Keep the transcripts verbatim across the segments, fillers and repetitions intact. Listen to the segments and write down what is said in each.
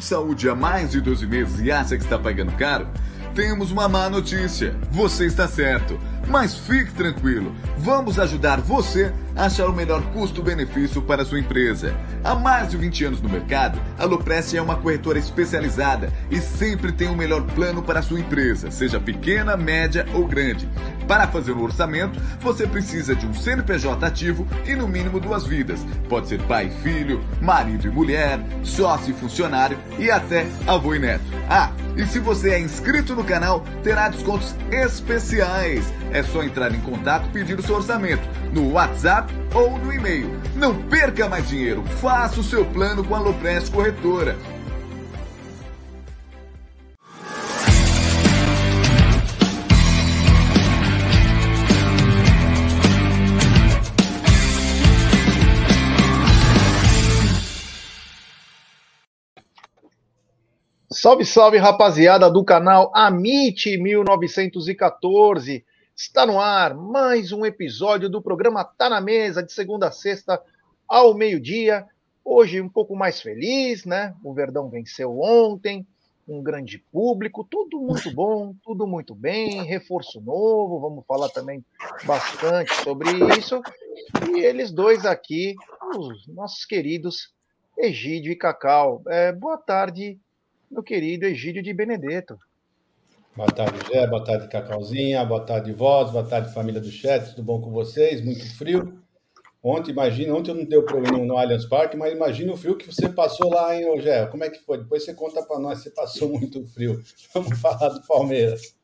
de saúde há mais de doze meses e acha que está pagando caro? Temos uma má notícia. Você está certo. Mas fique tranquilo. Vamos ajudar você a achar o melhor custo-benefício para a sua empresa. Há mais de vinte anos no mercado, a Loprest é uma corretora especializada e sempre tem o melhor plano para a sua empresa, seja pequena, média ou grande. Para fazer o orçamento, você precisa de um C N P J ativo e no mínimo duas vidas. Pode ser pai e filho, marido e mulher, sócio e funcionário e até avô e neto. Ah, e se você é inscrito no canal, terá descontos especiais. É só entrar em contato e pedir o seu orçamento no WhatsApp ou no e-mail. Não perca mais dinheiro, faça o seu plano com a Loprest Corretora. Salve, salve, rapaziada do canal Amit mil novecentos e quatorze. Está no ar mais um episódio do programa Tá na Mesa, de segunda a sexta ao meio-dia. Hoje um pouco mais feliz, né? O Verdão venceu ontem, um grande público, tudo muito bom, tudo muito bem, reforço novo, vamos falar também bastante sobre isso. E eles dois aqui, os nossos queridos Egídio e Cacau. É, boa tarde, meu querido Egídio de Benedetto. Boa tarde, Gé, boa tarde, Cacauzinha, boa tarde, Voz, boa tarde, família do chat, tudo bom com vocês? Muito frio. Ontem, imagina, ontem eu não deu para ir no, no Allianz Parque, mas imagina o frio que você passou lá, hein, Gé? Como é que foi? Depois você conta para nós, você passou muito frio. Vamos falar do Palmeiras.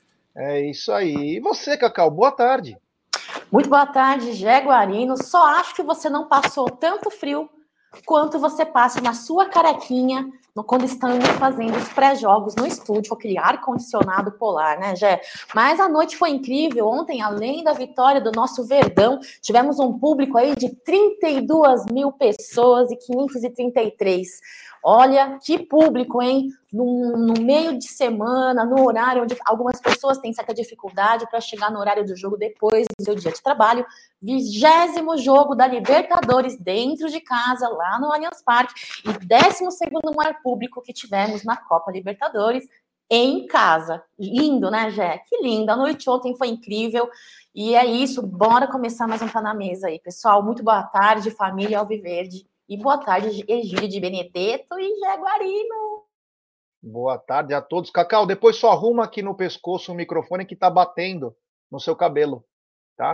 É isso aí. E você, Cacau, boa tarde. Muito boa tarde, Gé Guarino. Só acho que você não passou tanto frio quanto você passa na sua carequinha quando estamos fazendo os pré-jogos no estúdio, com aquele ar-condicionado polar, né, Gé? Mas a noite foi incrível. Ontem, além da vitória do nosso Verdão, tivemos um público aí de trinta e duas mil pessoas e quinhentos e trinta e três. Olha que público, hein? No, no meio de semana, no horário onde algumas pessoas têm certa dificuldade para chegar no horário do jogo depois do seu dia de trabalho. Vigésimo jogo da Libertadores dentro de casa, lá no Allianz Parque. E décimo segundo maior público que tivemos na Copa Libertadores em casa. Lindo, né, Gé? Que lindo. A noite ontem foi incrível. E é isso. Bora começar mais um Tá na Mesa aí, pessoal. Muito boa tarde, família Alviverde. E boa tarde, Egídio de Benedetto e Gé Guarino. Boa tarde a todos. Cacau, depois só arruma aqui no pescoço o microfone que tá batendo no seu cabelo, tá?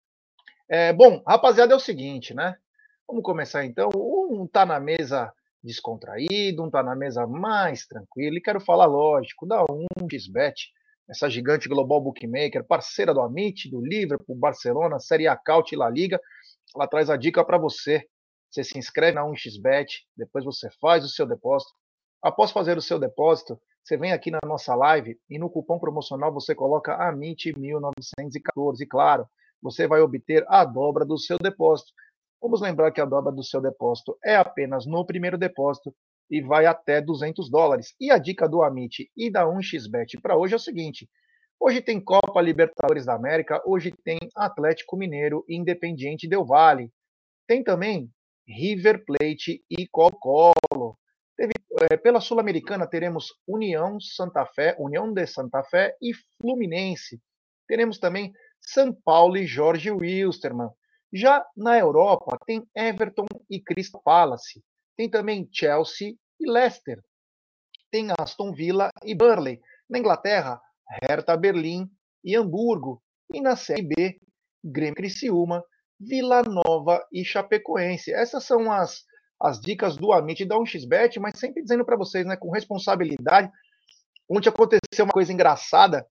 É, bom, rapaziada, é o seguinte, né? Vamos começar então. Um Tá na Mesa descontraído, um Tá na Mesa mais tranquilo. E quero falar, lógico, da um x bet, essa gigante global bookmaker, parceira do Amit, do Liverpool, Barcelona, Série A, Caute e La Liga. Ela traz a dica para você. Você se inscreve na um x bet, depois você faz o seu depósito. Após fazer o seu depósito, você vem aqui na nossa live e no cupom promocional você coloca Amit mil novecentos e quatorze. E claro, você vai obter a dobra do seu depósito. Vamos lembrar que a dobra do seu depósito é apenas no primeiro depósito e vai até duzentos dólares. E a dica do Amit e da um x bet para hoje é o seguinte. Hoje tem Copa Libertadores da América, hoje tem Atlético Mineiro e Independiente Del Valle. Tem também River Plate e Colo-Colo. Teve, é, pela Sul-Americana teremos União Santa Fé, União de Santa Fé e Fluminense. Teremos também São Paulo e Jorge Wilstermann. Já na Europa tem Everton e Crystal Palace. Tem também Chelsea e Leicester. Tem Aston Villa e Burnley. Na Inglaterra, Hertha Berlim e Hamburgo. E na Série B, Grêmio Criciúma, Vila Nova e Chapecoense. Essas são as, as dicas do Amit e da um x bet, mas sempre dizendo para vocês, né, com responsabilidade. Ontem aconteceu uma coisa engraçada,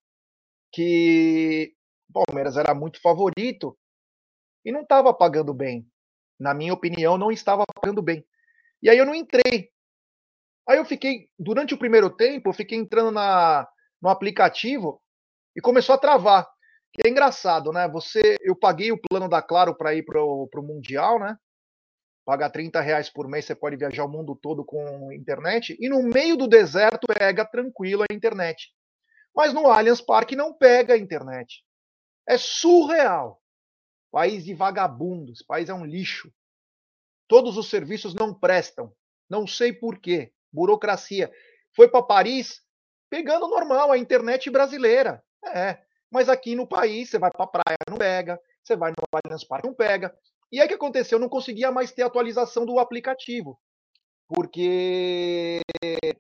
que o Palmeiras era muito favorito e não estava pagando bem. Na minha opinião, não estava pagando bem. E aí eu não entrei. Aí eu fiquei, durante o primeiro tempo, eu fiquei entrando na, no aplicativo e começou a travar. Que é engraçado, né? Você, eu paguei o plano da Claro para ir para o Mundial, né? Paga trinta reais por mês, você pode viajar o mundo todo com internet. E no meio do deserto pega tranquilo a internet. Mas no Allianz Parque não pega a internet. É surreal. País de vagabundos, país é um lixo. Todos os serviços não prestam. Não sei por quê. burocracia. Foi para Paris pegando normal a internet brasileira. É, mas aqui no país, você vai para a praia, não pega, você vai no Allianz Parque, não pega. E aí o que aconteceu? Eu não conseguia mais ter atualização do aplicativo, porque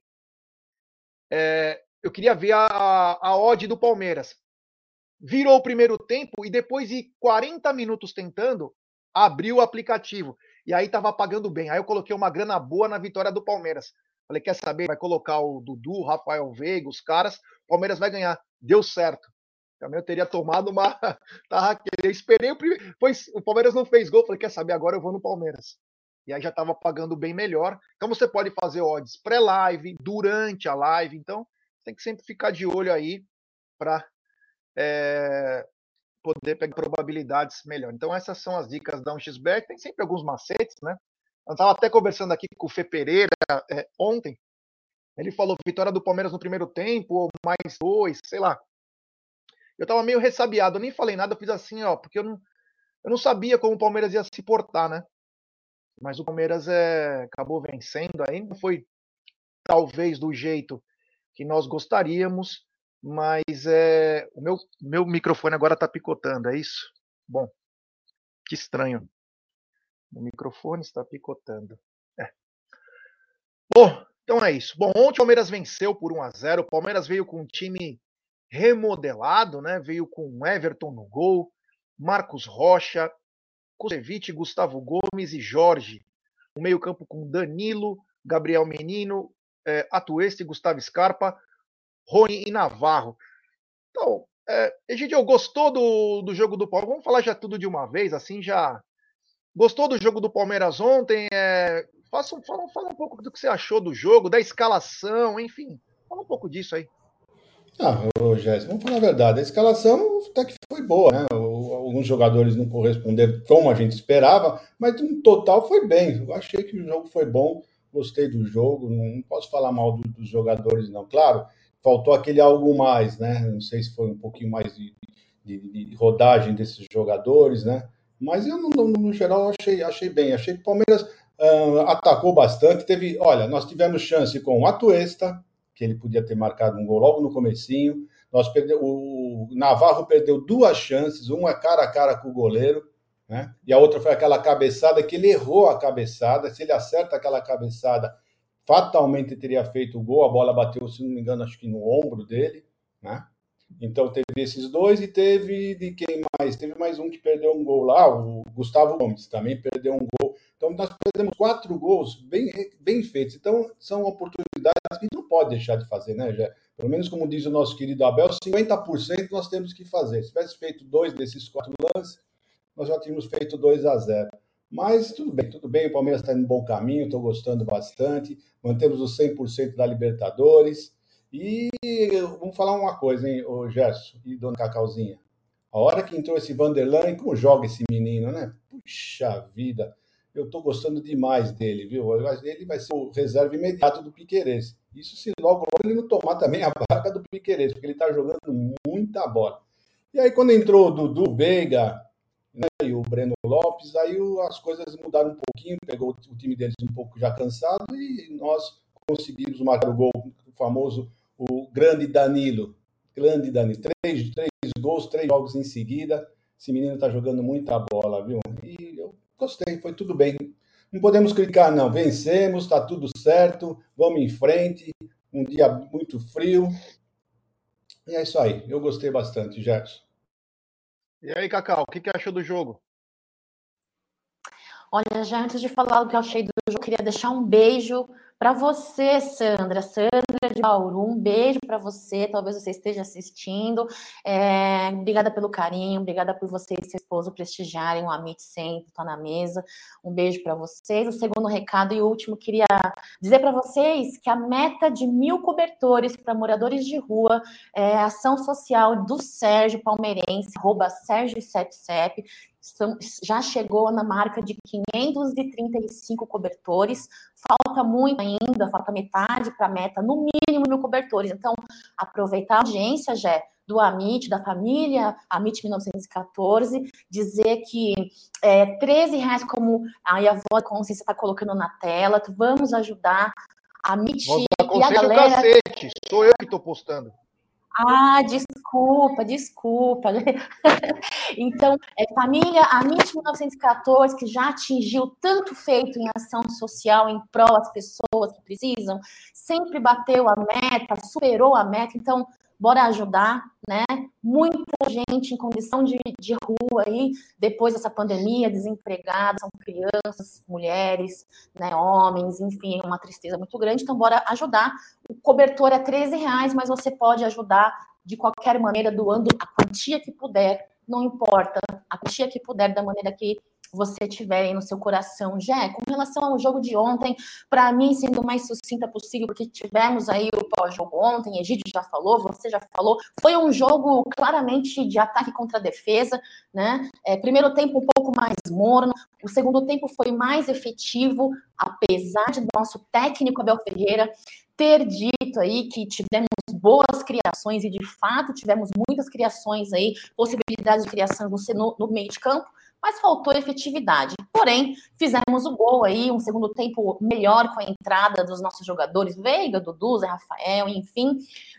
é, eu queria ver a, a, a odd do Palmeiras. Virou o primeiro tempo e depois de quarenta minutos tentando, abriu o aplicativo. E aí tava pagando bem. Aí eu coloquei uma grana boa na vitória do Palmeiras. Falei, quer saber? Vai colocar o Dudu, o Rafael Veiga, os caras, o Palmeiras vai ganhar. Deu certo. Também eu teria tomado uma. Tava... Eu esperei o primeiro. Pois o Palmeiras não fez gol. Falei, quer saber? Agora eu vou no Palmeiras. E aí já tava pagando bem melhor. Então você pode fazer odds pré-live, durante a live. Então tem que sempre ficar de olho aí para é, poder pegar probabilidades melhor. Então essas são as dicas da um x bet. Tem sempre alguns macetes, né? Eu estava até conversando aqui com o Fê Pereira é, ontem. Ele falou vitória do Palmeiras no primeiro tempo, ou mais dois, sei lá. Eu estava meio ressabiado, eu nem falei nada, eu fiz assim, ó, porque eu não, eu não sabia como o Palmeiras ia se portar, né? Mas o Palmeiras é, acabou vencendo aí, não foi talvez do jeito que nós gostaríamos, mas é, o meu, meu microfone agora está picotando, é isso? Bom, que estranho. O microfone está picotando. É. Bom, então é isso. Bom, ontem o Palmeiras venceu por um a zero. O Palmeiras veio com um time remodelado, né? Veio com Everton no gol, Marcos Rocha, Kusevich, Gustavo Gomes e Jorge. O meio-campo com Danilo, Gabriel Menino, é, Atuesta e Gustavo Scarpa, Rony e Navarro. Então, é, Egidio, gostou do, do jogo do Palmeiras? Vamos falar já tudo de uma vez, assim já. Gostou do jogo do Palmeiras ontem? É, faça, fala, fala um pouco do que você achou do jogo, da escalação, enfim. Fala um pouco disso aí. Ah, ô Jéssica, vamos falar a verdade. A escalação até que foi boa, né? O- Alguns jogadores não corresponderam como a gente esperava, mas no total foi bem. Eu achei que o jogo foi bom, gostei do jogo. Não posso falar mal do- dos jogadores, não. Claro, faltou aquele algo mais, né? Não sei se foi um pouquinho mais de, de- de rodagem desses jogadores, né? Mas eu, no, no- no geral, achei, achei bem. Achei que o Palmeiras ah, atacou bastante. Teve, olha, nós tivemos chance com o Atuesta, que ele podia ter marcado um gol logo no comecinho. Nós perdeu, o Navarro perdeu duas chances, uma cara a cara com o goleiro, né? E a outra foi aquela cabeçada que ele errou a cabeçada. Se ele acerta aquela cabeçada, fatalmente teria feito o gol. A bola bateu, se não me engano, acho que no ombro dele, né? Então teve esses dois e teve de quem mais? Teve mais um que perdeu um gol lá, o Gustavo Gomes também perdeu um gol. Então nós perdemos quatro gols bem, bem feitos. Então são oportunidades que a gente não pode deixar de fazer, né, Jé? Pelo menos como diz o nosso querido Abel, cinquenta por cento nós temos que fazer. Se tivesse feito dois desses quatro lances, nós já tínhamos feito dois a zero. Mas tudo bem, tudo bem, o Palmeiras está indo no bom caminho, estou gostando bastante, mantemos os cem por cento da Libertadores. E vamos falar uma coisa, hein, o Gerson e Dona Cacauzinha. A hora que entrou esse Vanderlan, como joga esse menino, né? Puxa vida, eu estou gostando demais dele, viu? Ele vai ser o reserva imediato do Piquerez. Isso se logo, logo ele não tomar também a vaga do Piquerez, porque ele está jogando muita bola. E aí quando entrou o Dudu, Veiga, né, e o Breno Lopes, aí as coisas mudaram um pouquinho, pegou o time deles um pouco já cansado e nós conseguimos marcar o gol, o famoso, o grande Danilo. Grande Danilo. Três, três gols, três jogos em seguida. Esse menino tá jogando muita bola, viu? E eu gostei, foi tudo bem. Não podemos criticar, não. Vencemos, tá tudo certo, vamos em frente. Um dia muito frio. E é isso aí. Eu gostei bastante, Gerson. E aí, Cacau, o que, que achou do jogo? Olha, já antes de falar o que eu achei do jogo, eu queria deixar um beijo para você, Sandra. Sandra de Bauru, um beijo para você. Talvez você esteja assistindo. É, obrigada pelo carinho, obrigada por você e seu esposo prestigiarem o Amit sempre, tá na mesa. Um beijo para vocês. O segundo recado e último, queria dizer para vocês que a meta de mil cobertores para moradores de rua é a ação social do Sérgio Palmeirense, arroba Sérgio sete sete. Já chegou na marca de quinhentos e trinta e cinco cobertores, falta muito ainda, falta metade para a meta, no mínimo mil cobertores. Então, aproveitar a audiência, Jé, do Amit, da família Amit mil novecentos e quatorze, dizer que é, treze reais, como a Voz da Consciência está colocando na tela, vamos ajudar a Mitch Voz do e a Aconselho o galera... cacete, sou eu que estou postando. Ah, desculpa, desculpa. Então, é, família, a M I T mil novecentos e quatorze, que já atingiu tanto feito em ação social em prol das pessoas que precisam, sempre bateu a meta, superou a meta, então, bora ajudar, né? Muita gente em condição de, de rua aí, depois dessa pandemia, desempregados, são crianças, mulheres, né, homens, enfim, é uma tristeza muito grande, então bora ajudar. O cobertor é treze reais, mas você pode ajudar de qualquer maneira, doando a quantia que puder, não importa, a quantia que puder, da maneira que você tiver aí no seu coração. Jé, com relação ao jogo de ontem, para mim, sendo o mais sucinta possível, porque tivemos aí o pós-jogo ontem, Egídio já falou, você já falou, foi um jogo claramente de ataque contra a defesa, né? É, primeiro tempo um pouco mais morno, o segundo tempo foi mais efetivo, apesar de nosso técnico Abel Ferreira ter dito aí que tivemos boas criações, e de fato tivemos muitas criações aí, possibilidades de criação no, no meio de campo, mas faltou efetividade. Porém, fizemos o gol aí, um segundo tempo melhor com a entrada dos nossos jogadores, Veiga, Dudu, Zé Rafael, enfim.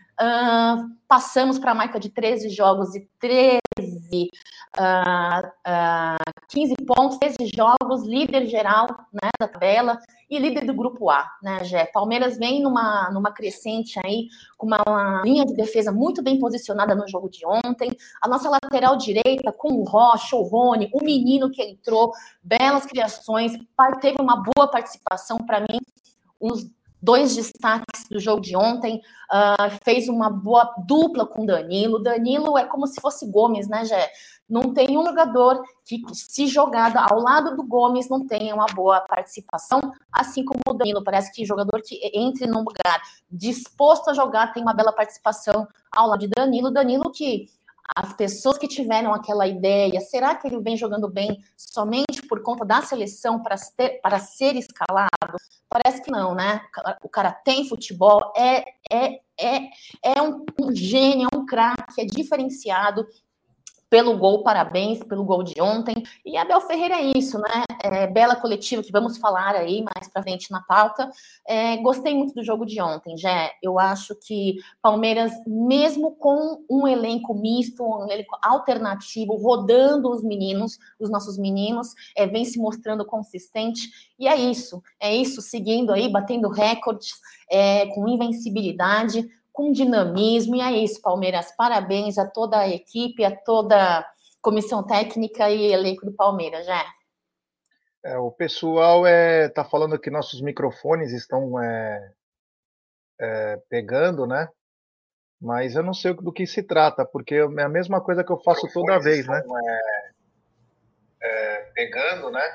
Uh, passamos para a marca de treze jogos e treze, uh, uh, quinze pontos, treze jogos, líder geral, né, da tabela e líder do grupo A, né, Gé? Palmeiras vem numa, numa crescente aí, com uma, uma linha de defesa muito bem posicionada no jogo de ontem, a nossa lateral direita com o Rocha, o Rony, o menino que entrou, belas criações, teve uma boa participação para mim, uns dois destaques do jogo de ontem, uh, fez uma boa dupla com o Danilo. Danilo é como se fosse Gomes, né, Gé? Não tem um jogador que, se jogado ao lado do Gomes, não tenha uma boa participação, assim como o Danilo. Parece que jogador que entre num lugar disposto a jogar tem uma bela participação ao lado de Danilo. Danilo que as pessoas que tiveram aquela ideia, será que ele vem jogando bem somente por conta da seleção para ser, para ser escalado? Parece que não, né? O cara tem futebol, é, é, é, é um, um gênio, é um craque, é diferenciado pelo gol, parabéns pelo gol de ontem. E Abel Ferreira é isso, né? É, bela coletiva que vamos falar aí mais pra frente na pauta. É, gostei muito do jogo de ontem, Jé. Eu acho que Palmeiras, mesmo com um elenco misto, um elenco alternativo, rodando os meninos, os nossos meninos, é, vem se mostrando consistente. E é isso, é isso, seguindo aí, batendo recordes, é, com invencibilidade, com dinamismo, e é isso, Palmeiras. Parabéns a toda a equipe, a toda a comissão técnica e elenco do Palmeiras, já. É, o pessoal é, tá falando que nossos microfones estão é, é, pegando, né? Mas eu não sei do que se trata, porque é a mesma coisa que eu faço toda vez, né? É, é, pegando, né?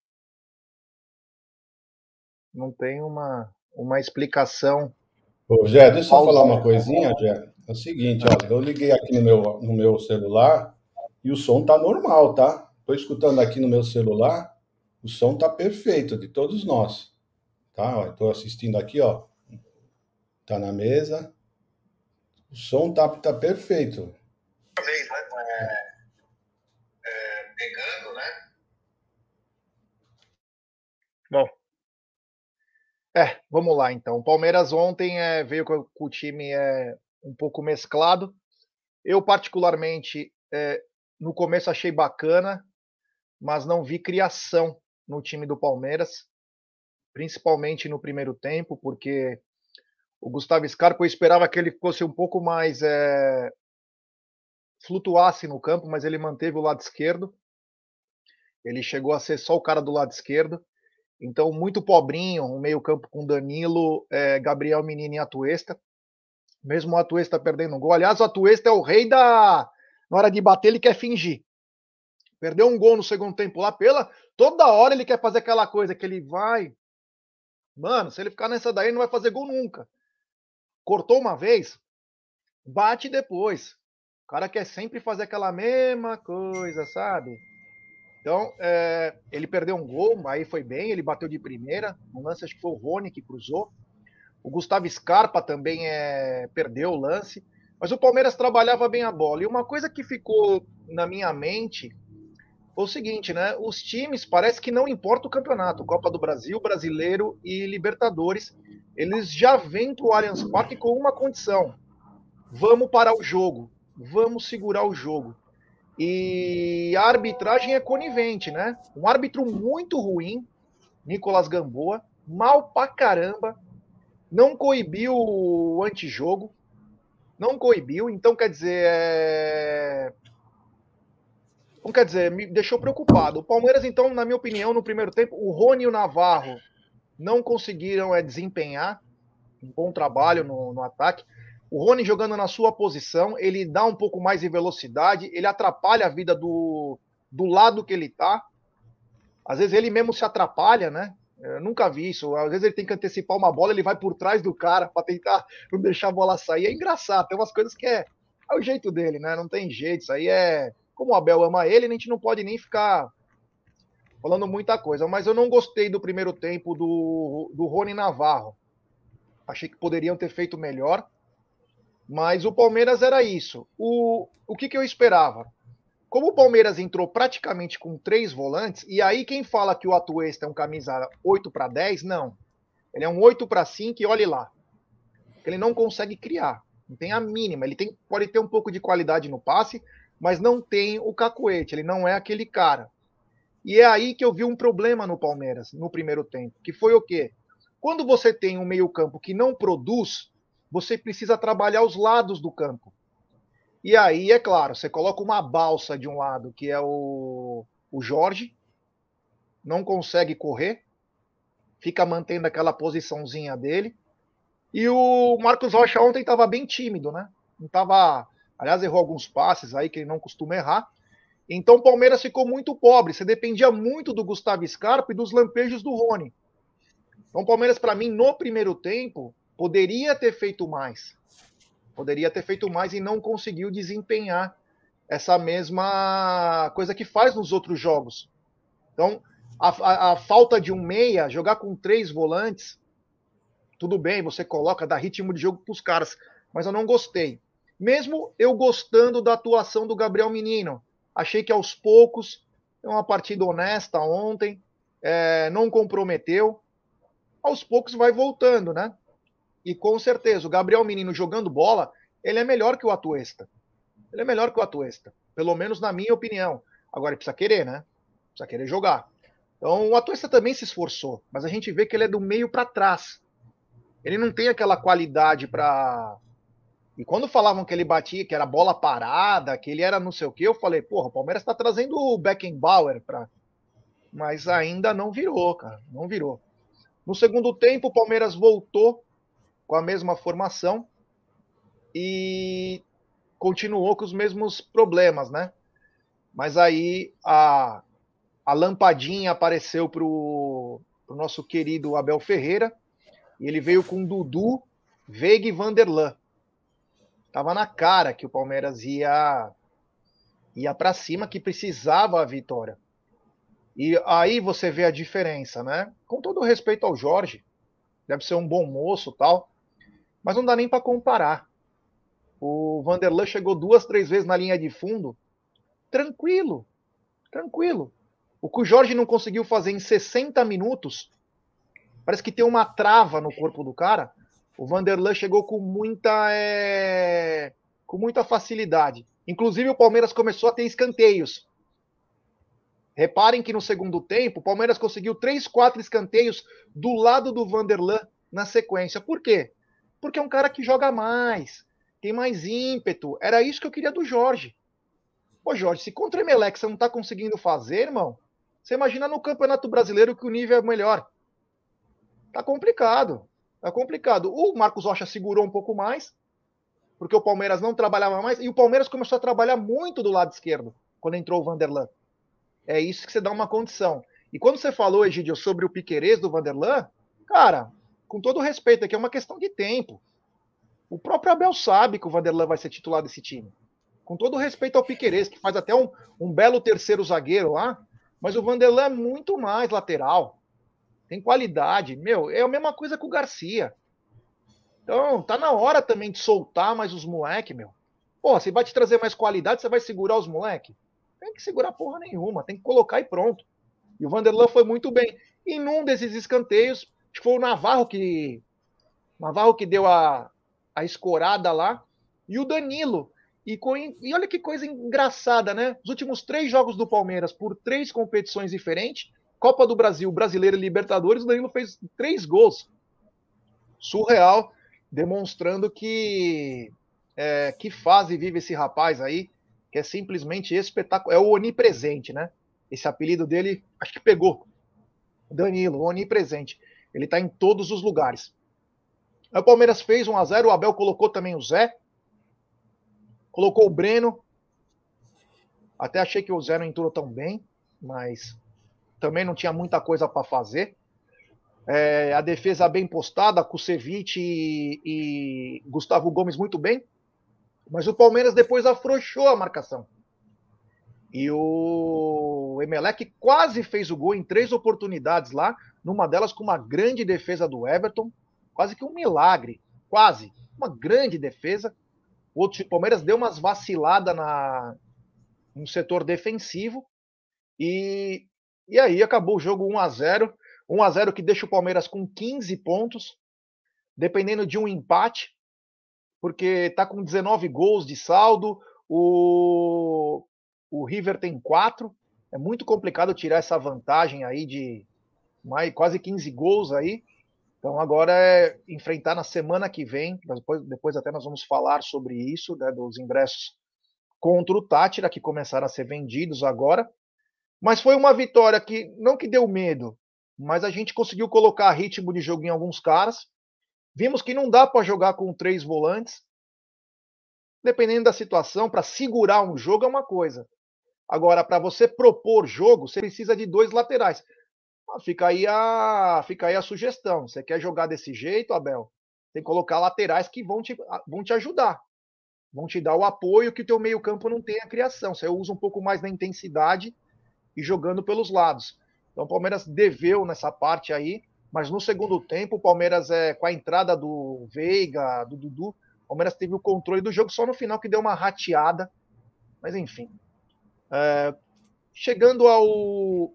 Não tem uma, uma explicação. Ô, Jé, deixa eu falar uma coisinha, Jé. É o seguinte, ó, eu liguei aqui no meu, no meu celular e o som tá normal, tá? Tô escutando aqui no meu celular, o som tá perfeito de todos nós, tá? Ó, tô assistindo aqui, ó, tá na mesa, o som tá, tá perfeito. É, é, pegando, né? Bom. É, vamos lá então. O Palmeiras ontem é, veio com, com o time é, um pouco mesclado. Eu, particularmente, é, no começo achei bacana, mas não vi criação no time do Palmeiras, principalmente no primeiro tempo, porque o Gustavo Scarpa, eu esperava que ele fosse um pouco mais. É, flutuasse no campo, mas ele manteve o lado esquerdo. Ele chegou a ser só o cara do lado esquerdo. Então, muito pobrinho, um meio-campo com Danilo, é, Gabriel Menino e Atuesta. Mesmo o Atuesta perdendo um gol. Aliás, o Atuesta é o rei da. Na hora de bater, ele quer fingir. Perdeu um gol no segundo tempo lá, pela. Toda hora ele quer fazer aquela coisa que ele vai. Mano, se ele ficar nessa daí, ele não vai fazer gol nunca. Cortou uma vez, bate depois. O cara quer sempre fazer aquela mesma coisa, sabe? Então, é, ele perdeu um gol, aí foi bem, ele bateu de primeira. No lance, acho que foi o Rony que cruzou. O Gustavo Scarpa também é, perdeu o lance. Mas o Palmeiras trabalhava bem a bola. E uma coisa que ficou na minha mente foi o seguinte, né? Os times parece que não importa o campeonato, Copa do Brasil, Brasileiro e Libertadores, eles já vêm para o Allianz Parque com uma condição: vamos parar o jogo, vamos segurar o jogo. E a arbitragem é conivente, né? Um árbitro muito ruim, Nicolas Gamboa, mal pra caramba, não coibiu o antijogo, não coibiu, então quer dizer, é... Então, quer dizer, me deixou preocupado. O Palmeiras, então, na minha opinião, no primeiro tempo, o Rony e o Navarro não conseguiram é, desempenhar um bom trabalho no, no ataque. O Rony jogando na sua posição, ele dá um pouco mais de velocidade, ele atrapalha a vida do, do lado que ele tá. Às vezes ele mesmo se atrapalha, né? Eu nunca vi isso. Às vezes ele tem que antecipar uma bola, ele vai por trás do cara para tentar não deixar a bola sair. É engraçado, tem umas coisas que é, é o jeito dele, né? Não tem jeito, isso aí é... Como o Abel ama ele, a gente não pode nem ficar falando muita coisa. Mas eu não gostei do primeiro tempo do, do Rony Navarro. Achei que poderiam ter feito melhor. Mas o Palmeiras era isso. O, o que, que eu esperava? Como o Palmeiras entrou praticamente com três volantes, e aí quem fala que o Atuesta é um camisa oito para dez, não. Ele é um oito para cinco e olhe lá. Ele não consegue criar. Não tem a mínima. Ele tem, pode ter um pouco de qualidade no passe, mas não tem o cacuete, ele não é aquele cara. E é aí que eu vi um problema no Palmeiras, no primeiro tempo, que foi o quê? Quando você tem um meio-campo que não produz, você precisa trabalhar os lados do campo. E aí, é claro, você coloca uma balsa de um lado, que é o, o Jorge, não consegue correr, fica mantendo aquela posiçãozinha dele, e o Marcos Rocha ontem estava bem tímido, né? Não estava... Aliás, errou alguns passes aí que ele não costuma errar. Então o Palmeiras ficou muito pobre. Você dependia muito do Gustavo Scarpa e dos lampejos do Rony. Então o Palmeiras, para mim, no primeiro tempo, poderia ter feito mais. Poderia ter feito mais e não conseguiu desempenhar essa mesma coisa que faz nos outros jogos. Então, a, a, a falta de um meia, jogar com três volantes, tudo bem, você coloca, dá ritmo de jogo para os caras, mas eu não gostei. Mesmo eu gostando da atuação do Gabriel Menino. Achei que aos poucos, uma partida honesta ontem, é, não comprometeu. Aos poucos vai voltando, né? E com certeza, o Gabriel Menino jogando bola, ele é melhor que o Atuesta. Ele é melhor que o Atuesta. Pelo menos na minha opinião. Agora ele precisa querer, né? Precisa querer jogar. Então o Atuesta também se esforçou, mas a gente vê que ele é do meio para trás. Ele não tem aquela qualidade para... E quando falavam que ele batia, que era bola parada, que ele era não sei o quê, eu falei, porra, o Palmeiras está trazendo o Beckenbauer para... Mas ainda não virou, cara, não virou. No segundo tempo, o Palmeiras voltou com a mesma formação e continuou com os mesmos problemas, né? Mas aí a, a lampadinha apareceu para o nosso querido Abel Ferreira e ele veio com Dudu, Veiga e Vanderlan. Tava na cara que o Palmeiras ia, ia para cima, que precisava a vitória. E aí você vê a diferença, né? Com todo respeito ao Jorge, deve ser um bom moço tal, mas não dá nem para comparar. O Vanderlan chegou duas, três vezes na linha de fundo, tranquilo, tranquilo. O que o Jorge não conseguiu fazer em sessenta minutos, parece que tem uma trava no corpo do cara. O Vanderlan chegou com muita, é... com muita facilidade. Inclusive, o Palmeiras começou a ter escanteios. Reparem que no segundo tempo, o Palmeiras conseguiu três, quatro escanteios do lado do Vanderlan na sequência. Por quê? Porque é um cara que joga mais, tem mais ímpeto. Era isso que eu queria do Jorge. Pô, Jorge, se contra o Emelec você não tá conseguindo fazer, irmão, você imagina no Campeonato Brasileiro que o nível é melhor. Tá complicado. É complicado. O Marcos Rocha segurou um pouco mais, porque o Palmeiras não trabalhava mais, e o Palmeiras começou a trabalhar muito do lado esquerdo, quando entrou o Vanderlan. É isso que você dá uma condição. E quando você falou, Egidio, sobre o Piquerez do Vanderlan, cara, com todo respeito, aqui é uma questão de tempo. O próprio Abel sabe que o Vanderlan vai ser titular desse time. Com todo respeito ao Piquerez, que faz até um, um belo terceiro zagueiro lá, mas o Vanderlan é muito mais lateral. Tem qualidade. Meu, é a mesma coisa com o Garcia. Então, tá na hora também de soltar mais os moleques, meu. Porra, se vai te trazer mais qualidade, você vai segurar os moleques. Tem que segurar porra nenhuma, tem que colocar e pronto. E o Vanderlan foi muito bem. E num desses escanteios, acho que foi o Navarro que, Navarro que deu a, a escorada lá, e o Danilo. E, com, e olha que coisa engraçada, né? Os últimos três jogos do Palmeiras por três competições diferentes, Copa do Brasil, Brasileiro e Libertadores, o Danilo fez três gols. Surreal, demonstrando que é, que fase vive esse rapaz aí, que é simplesmente espetacular. É o onipresente, né? Esse apelido dele, acho que pegou. Danilo, onipresente. Ele tá em todos os lugares. Aí o Palmeiras fez um a zero, o Abel colocou também o Zé, colocou o Breno. Até achei que o Zé não entrou tão bem, mas também não tinha muita coisa para fazer. É, a defesa bem postada, Kusevich e, e Gustavo Gomes muito bem, mas o Palmeiras depois afrouxou a marcação. E o Emelec quase fez o gol em três oportunidades lá, numa delas com uma grande defesa do Everton, quase que um milagre, quase, uma grande defesa. O outro, o Palmeiras deu umas vaciladas na, no setor defensivo, e, e aí acabou o jogo um a zero, um a zero que deixa o Palmeiras com quinze pontos, dependendo de um empate, porque está com dezenove gols de saldo, o, o River tem quatro, é muito complicado tirar essa vantagem aí de mais, quase quinze gols aí. Então agora é enfrentar na semana que vem, depois, depois até nós vamos falar sobre isso, né, dos ingressos contra o Tátira, que começaram a ser vendidos agora. Mas foi uma vitória que, não que deu medo, mas a gente conseguiu colocar ritmo de jogo em alguns caras. Vimos que não dá para jogar com três volantes. Dependendo da situação, para segurar um jogo é uma coisa. Agora, para você propor jogo, você precisa de dois laterais. Fica aí, a, fica aí a sugestão. Você quer jogar desse jeito, Abel? Tem que colocar laterais que vão te, vão te ajudar. Vão te dar o apoio que o teu meio-campo não tem a criação. Você usa um pouco mais na intensidade e jogando pelos lados. Então o Palmeiras deveu nessa parte aí, mas no segundo tempo o Palmeiras, é, com a entrada do Veiga, do Dudu, o Palmeiras teve o controle do jogo, só no final que deu uma rateada, mas enfim. É, chegando ao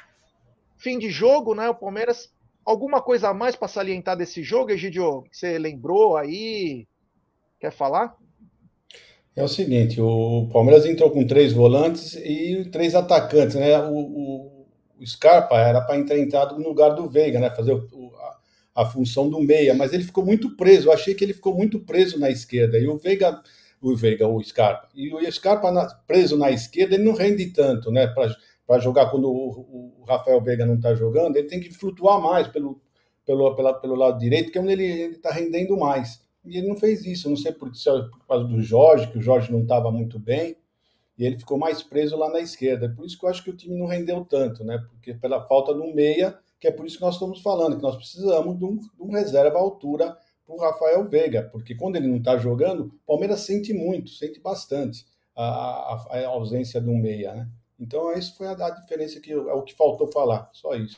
fim de jogo, né, o Palmeiras, alguma coisa a mais para salientar desse jogo, Egidio, que você lembrou aí, quer falar? É o seguinte, o Palmeiras entrou com três volantes e três atacantes, né? O, o, o Scarpa era para entrar entrado no lugar do Veiga, né? Fazer o, a, a função do meia, mas ele ficou muito preso. Eu achei que ele ficou muito preso na esquerda. E o Veiga, o Veiga, o Scarpa, e o Scarpa na, preso na esquerda, ele não rende tanto, né? Para jogar quando o, o Rafael Veiga não está jogando, ele tem que flutuar mais pelo, pelo, pela, pelo lado direito, que é onde ele está rendendo mais. E ele não fez isso, não sei por, se é por causa do Jorge, que o Jorge não estava muito bem, e ele ficou mais preso lá na esquerda. Por isso que eu acho que o time não rendeu tanto, né? Porque pela falta do meia, que é por isso que nós estamos falando, que nós precisamos de um, de um reserva à altura para o Rafael Veiga, porque quando ele não está jogando, o Palmeiras sente muito, sente bastante a, a, a ausência de um meia, né? Então, isso foi a, a diferença, que é o que faltou falar, só isso.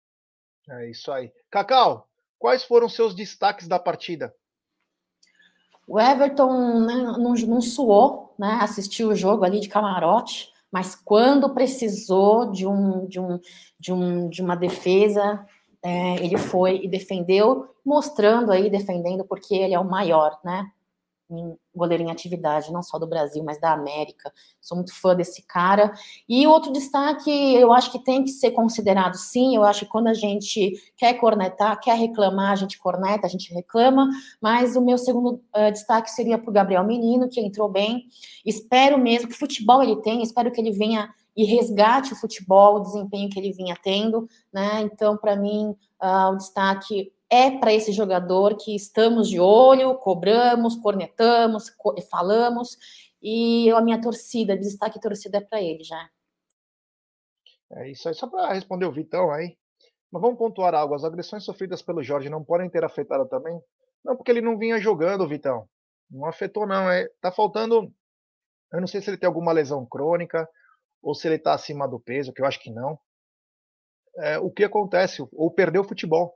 É isso aí. Cacau, quais foram seus destaques da partida? O Everton, né, não, não suou, né, assistiu o jogo ali de camarote, mas quando precisou de, um, de, um, de, um, de uma defesa, é, ele foi e defendeu, mostrando aí, defendendo, porque ele é o maior, né, em goleiro em atividade, não só do Brasil, mas da América. Sou muito fã desse cara. E outro destaque, eu acho que tem que ser considerado, sim, eu acho que quando a gente quer cornetar, quer reclamar, a gente corneta, a gente reclama, mas o meu segundo uh, destaque seria para o Gabriel Menino, que entrou bem. Espero mesmo que futebol ele tem, espero que ele venha e resgate o futebol, o desempenho que ele vinha tendo, né? Então, para mim, uh, o destaque é para esse jogador que estamos de olho, cobramos, cornetamos, co- falamos, e a minha torcida, destaque torcida é para ele já. É isso aí, só para responder o Vitão aí. Mas vamos pontuar algo. As agressões sofridas pelo Jorge não podem ter afetado também? Não, porque ele não vinha jogando, Vitão. Não afetou, não. É, tá faltando. Eu não sei se ele tem alguma lesão crônica ou se ele está acima do peso, que eu acho que não. É, o que acontece? Ou perdeu o futebol.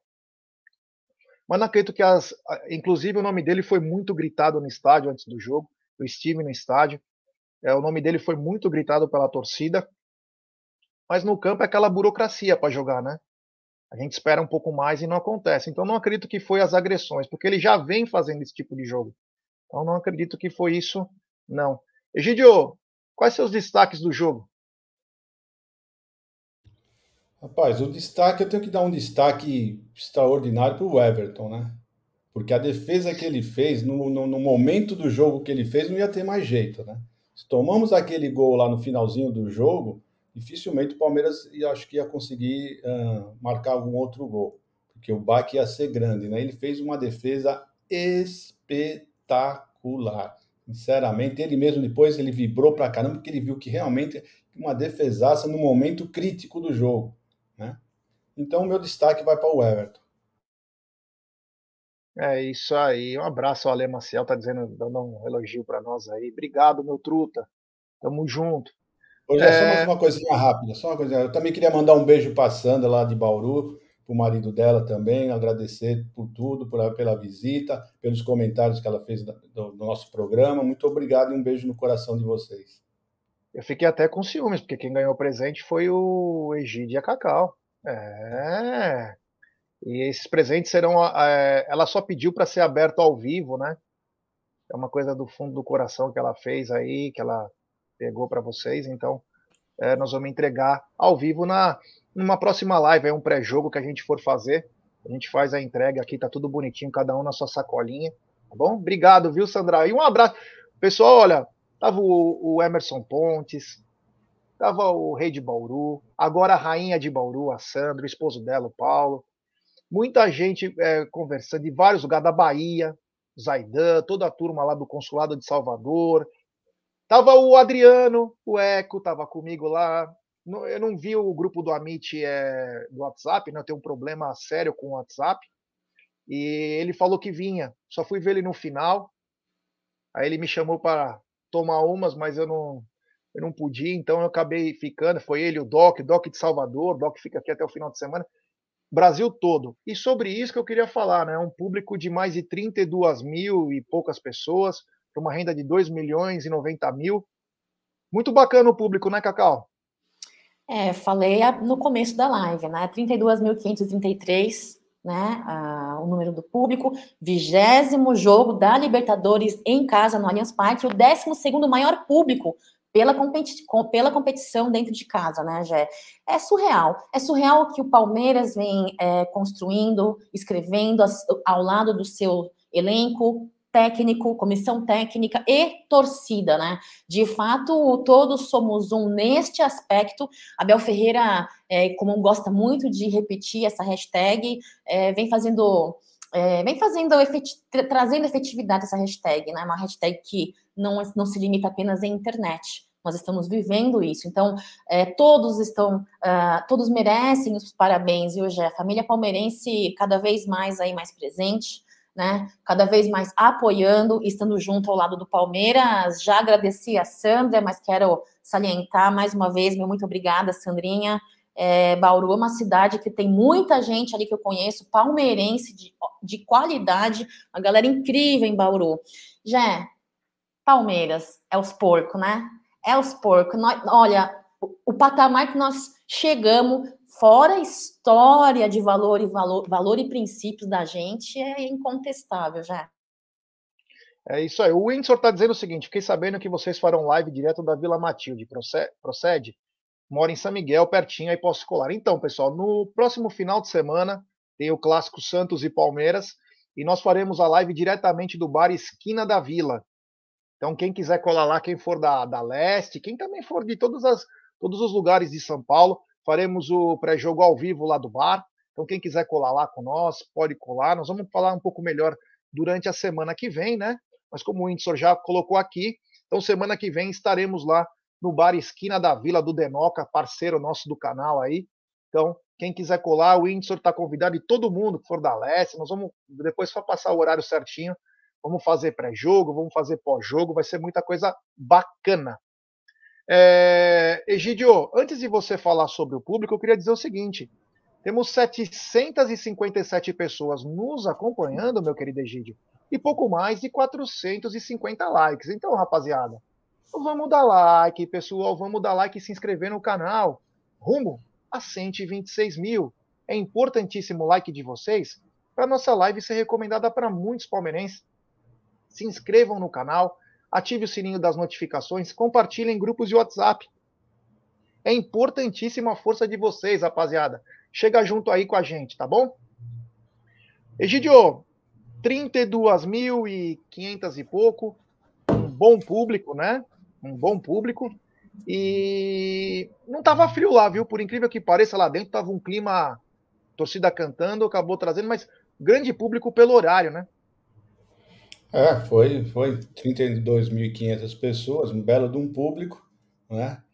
Mas não acredito que as. Inclusive, o nome dele foi muito gritado no estádio antes do jogo. Eu estive no estádio. É, o nome dele foi muito gritado pela torcida, mas no campo é aquela burocracia para jogar, né? A gente espera um pouco mais e não acontece. Então não acredito que foi as agressões, porque ele já vem fazendo esse tipo de jogo. Então não acredito que foi isso, não. Egidio, quais são os destaques do jogo? Rapaz, o destaque, eu tenho que dar um destaque extraordinário para o Everton, né? Porque a defesa que ele fez, no, no, no momento do jogo que ele fez, não ia ter mais jeito, né? Se tomamos aquele gol lá no finalzinho do jogo, dificilmente o Palmeiras ia, acho que ia conseguir uh, marcar algum outro gol, porque o baque ia ser grande, né? Ele fez uma defesa espetacular. Sinceramente, ele mesmo depois ele vibrou pra caramba, porque ele viu que realmente uma defesaça no momento crítico do jogo, né? Então, o meu destaque vai para o Everton. É isso aí. Um abraço ao Ale Maciel, tá dizendo, dando um elogio para nós aí. Obrigado, meu truta. Tamo junto. Hoje é só mais É, uma coisinha rápida, só uma coisinha. Eu também queria mandar um beijo para a Sandra lá de Bauru, para o marido dela também, agradecer por tudo, por, pela visita, pelos comentários que ela fez do, do nosso programa. Muito obrigado e um beijo no coração de vocês. eu fiquei até com ciúmes, porque quem ganhou o presente foi o Egídio e a Cacau. É. E esses presentes serão. É, ela só pediu para ser aberto ao vivo, né? É uma coisa do fundo do coração que ela fez aí, que ela pegou para vocês. Então, é, nós vamos entregar ao vivo na numa próxima live, é um pré-jogo que a gente for fazer. A gente faz a entrega aqui, tá tudo bonitinho, cada um na sua sacolinha, tá bom? Obrigado, viu, Sandra? E um abraço. Pessoal, olha, tava o, o Emerson Pontes, tava o rei de Bauru, agora a rainha de Bauru, a Sandra, o esposo dela, o Paulo. Muita gente é, conversando de vários lugares da Bahia, Zaidan, toda a turma lá do Consulado de Salvador. Tava o Adriano, o Eco, tava comigo lá. Eu não vi o grupo do Amit é, do WhatsApp, né? Eu tenho um problema sério com o WhatsApp. E ele falou que vinha. Só fui ver ele no final. Aí ele me chamou para tomar umas, mas eu não, eu não podia, então eu acabei ficando. Foi ele, o Doc, Doc de Salvador, Doc fica aqui até o final de semana. Brasil todo. E sobre isso que eu queria falar, né? Um público de mais de trinta e duas mil e poucas pessoas, para uma renda de dois milhões e noventa mil. Muito bacana o público, né, Cacau? É, falei no começo da live, né? trinta e dois mil quinhentos e trinta e três, né? Ah, o número do público, vigésimo jogo da Libertadores em casa no Allianz Parque, o décimo segundo maior público pela, competi pela competição dentro de casa, né, Gé? É surreal. É surreal o que o Palmeiras vem é, construindo, escrevendo as, ao lado do seu elenco técnico, comissão técnica e torcida, né? De fato, todos somos um neste aspecto. Abel Ferreira, é, como gosta muito de repetir essa hashtag, é, vem fazendo... É, vem fazendo, efeti trazendo efetividade essa hashtag, né? Uma hashtag que não, não se limita apenas em internet. Nós estamos vivendo isso. Então, é, todos estão, uh, todos merecem os parabéns. E hoje a família palmeirense cada vez mais aí mais presente, né? Cada vez mais apoiando, estando junto ao lado do Palmeiras. Já agradeci a Sandra, mas quero salientar mais uma vez, meu muito obrigada, Sandrinha. É, Bauru é uma cidade que tem muita gente ali que eu conheço, palmeirense de, de qualidade, uma galera incrível em Bauru. Já Palmeiras é os porcos, né? É os porcos. Nós, olha, o, o patamar que nós chegamos, fora a história de valor e valor, valor e princípios da gente, é incontestável, já. É isso aí. O Windsor está dizendo o seguinte: fiquei sabendo que vocês farão live direto da Vila Matilde. Procede? Procede? Moro em São Miguel, pertinho, aí posso colar. Então, pessoal, no próximo final de semana tem o clássico Santos e Palmeiras e nós faremos a live diretamente do bar Esquina da Vila. Então, quem quiser colar lá, quem for da, da Leste, quem também for de todas as, todos os lugares de São Paulo, faremos o pré-jogo ao vivo lá do bar. Então, quem quiser colar lá com nós, pode colar. Nós vamos falar um pouco melhor durante a semana que vem, né? Mas como o Windsor já colocou aqui, então semana que vem estaremos lá no bar Esquina da Vila do Denoca, parceiro nosso do canal aí. Então, quem quiser colar, o Windsor está convidado, e todo mundo que for da Leste, nós vamos depois só passar o horário certinho, vamos fazer pré-jogo, vamos fazer pós-jogo, vai ser muita coisa bacana. É, Egidio, antes de você falar sobre o público, eu queria dizer o seguinte, temos setecentas e cinquenta e sete pessoas nos acompanhando, meu querido Egídio, e pouco mais de quatrocentos e cinquenta likes. Então, rapaziada, Vamos dar like, pessoal, vamos dar like e se inscrever no canal. Rumo a cento e vinte e seis mil. É importantíssimo o like de vocês para nossa live ser recomendada para muitos palmeirenses. Se inscrevam no canal, ative o sininho das notificações, compartilhem em grupos de WhatsApp. É importantíssima a força de vocês, rapaziada. Chega junto aí com a gente, tá bom? Egidio, trinta e duas mil e quinhentos e pouco, um bom público, né? Um bom público. E não tava frio lá, viu? Por incrível que pareça, lá dentro tava um clima, torcida cantando, acabou trazendo, mas grande público pelo horário, né? É, foi, foi trinta e duas mil e quinhentas pessoas, um belo de um público, né?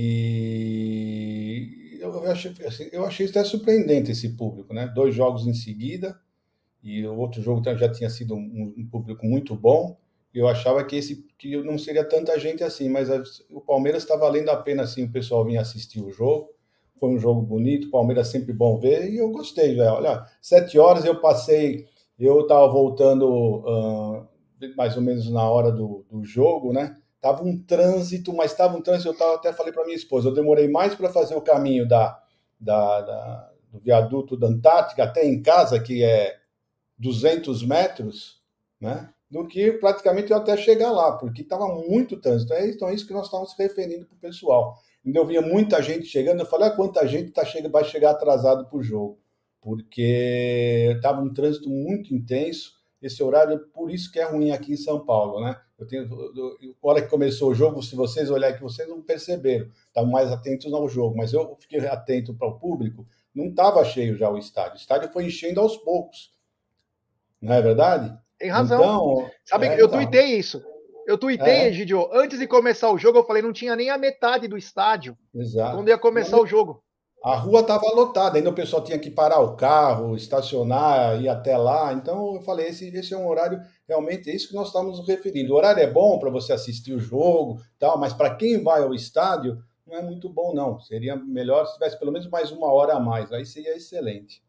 E eu achei, assim, eu achei até surpreendente esse público, né? Dois jogos em seguida, e o outro jogo já tinha sido um, um público muito bom. E eu achava que esse que não seria tanta gente assim, mas a, o Palmeiras está valendo a pena assim, o pessoal vinha assistir o jogo. Foi um jogo bonito, o Palmeiras sempre bom ver, e eu gostei, velho. Olha, sete horas eu passei, eu estava voltando uh, mais ou menos na hora do, do jogo, né? Tava um trânsito, mas estava um trânsito, eu tava, até falei para minha esposa, eu demorei mais para fazer o caminho da, da, da, do viaduto da Antártica até em casa, que é duzentos metros, né? Do que praticamente eu até chegar lá, porque estava muito trânsito. É, então é isso que nós estamos se referindo para o pessoal. Eu via muita gente chegando, eu falei, ah, quanta gente tá chega, vai chegar atrasado para o jogo, porque estava um trânsito muito intenso, esse horário, por isso que é ruim aqui em São Paulo, né? Eu tenho, eu, eu, a hora que começou o jogo, se vocês olharem aqui, vocês não perceberam, estavam mais atentos ao jogo, mas eu fiquei atento para o público, não estava cheio já o estádio, o estádio foi enchendo aos poucos, não é verdade? Tem razão. Então, Sabe, é, eu então, tuitei isso. Eu tuitei, é, Egidio, antes de começar o jogo, eu falei, não tinha nem a metade do estádio quando exato. ia começar o jogo. A rua estava lotada, ainda o pessoal tinha que parar o carro, estacionar, ir até lá. Então, eu falei, esse, esse é um horário, realmente, é isso que nós estamos nos referindo. O horário é bom para você assistir o jogo, tal, mas para quem vai ao estádio, não é muito bom, não. Seria melhor se tivesse pelo menos mais uma hora a mais, aí seria excelente.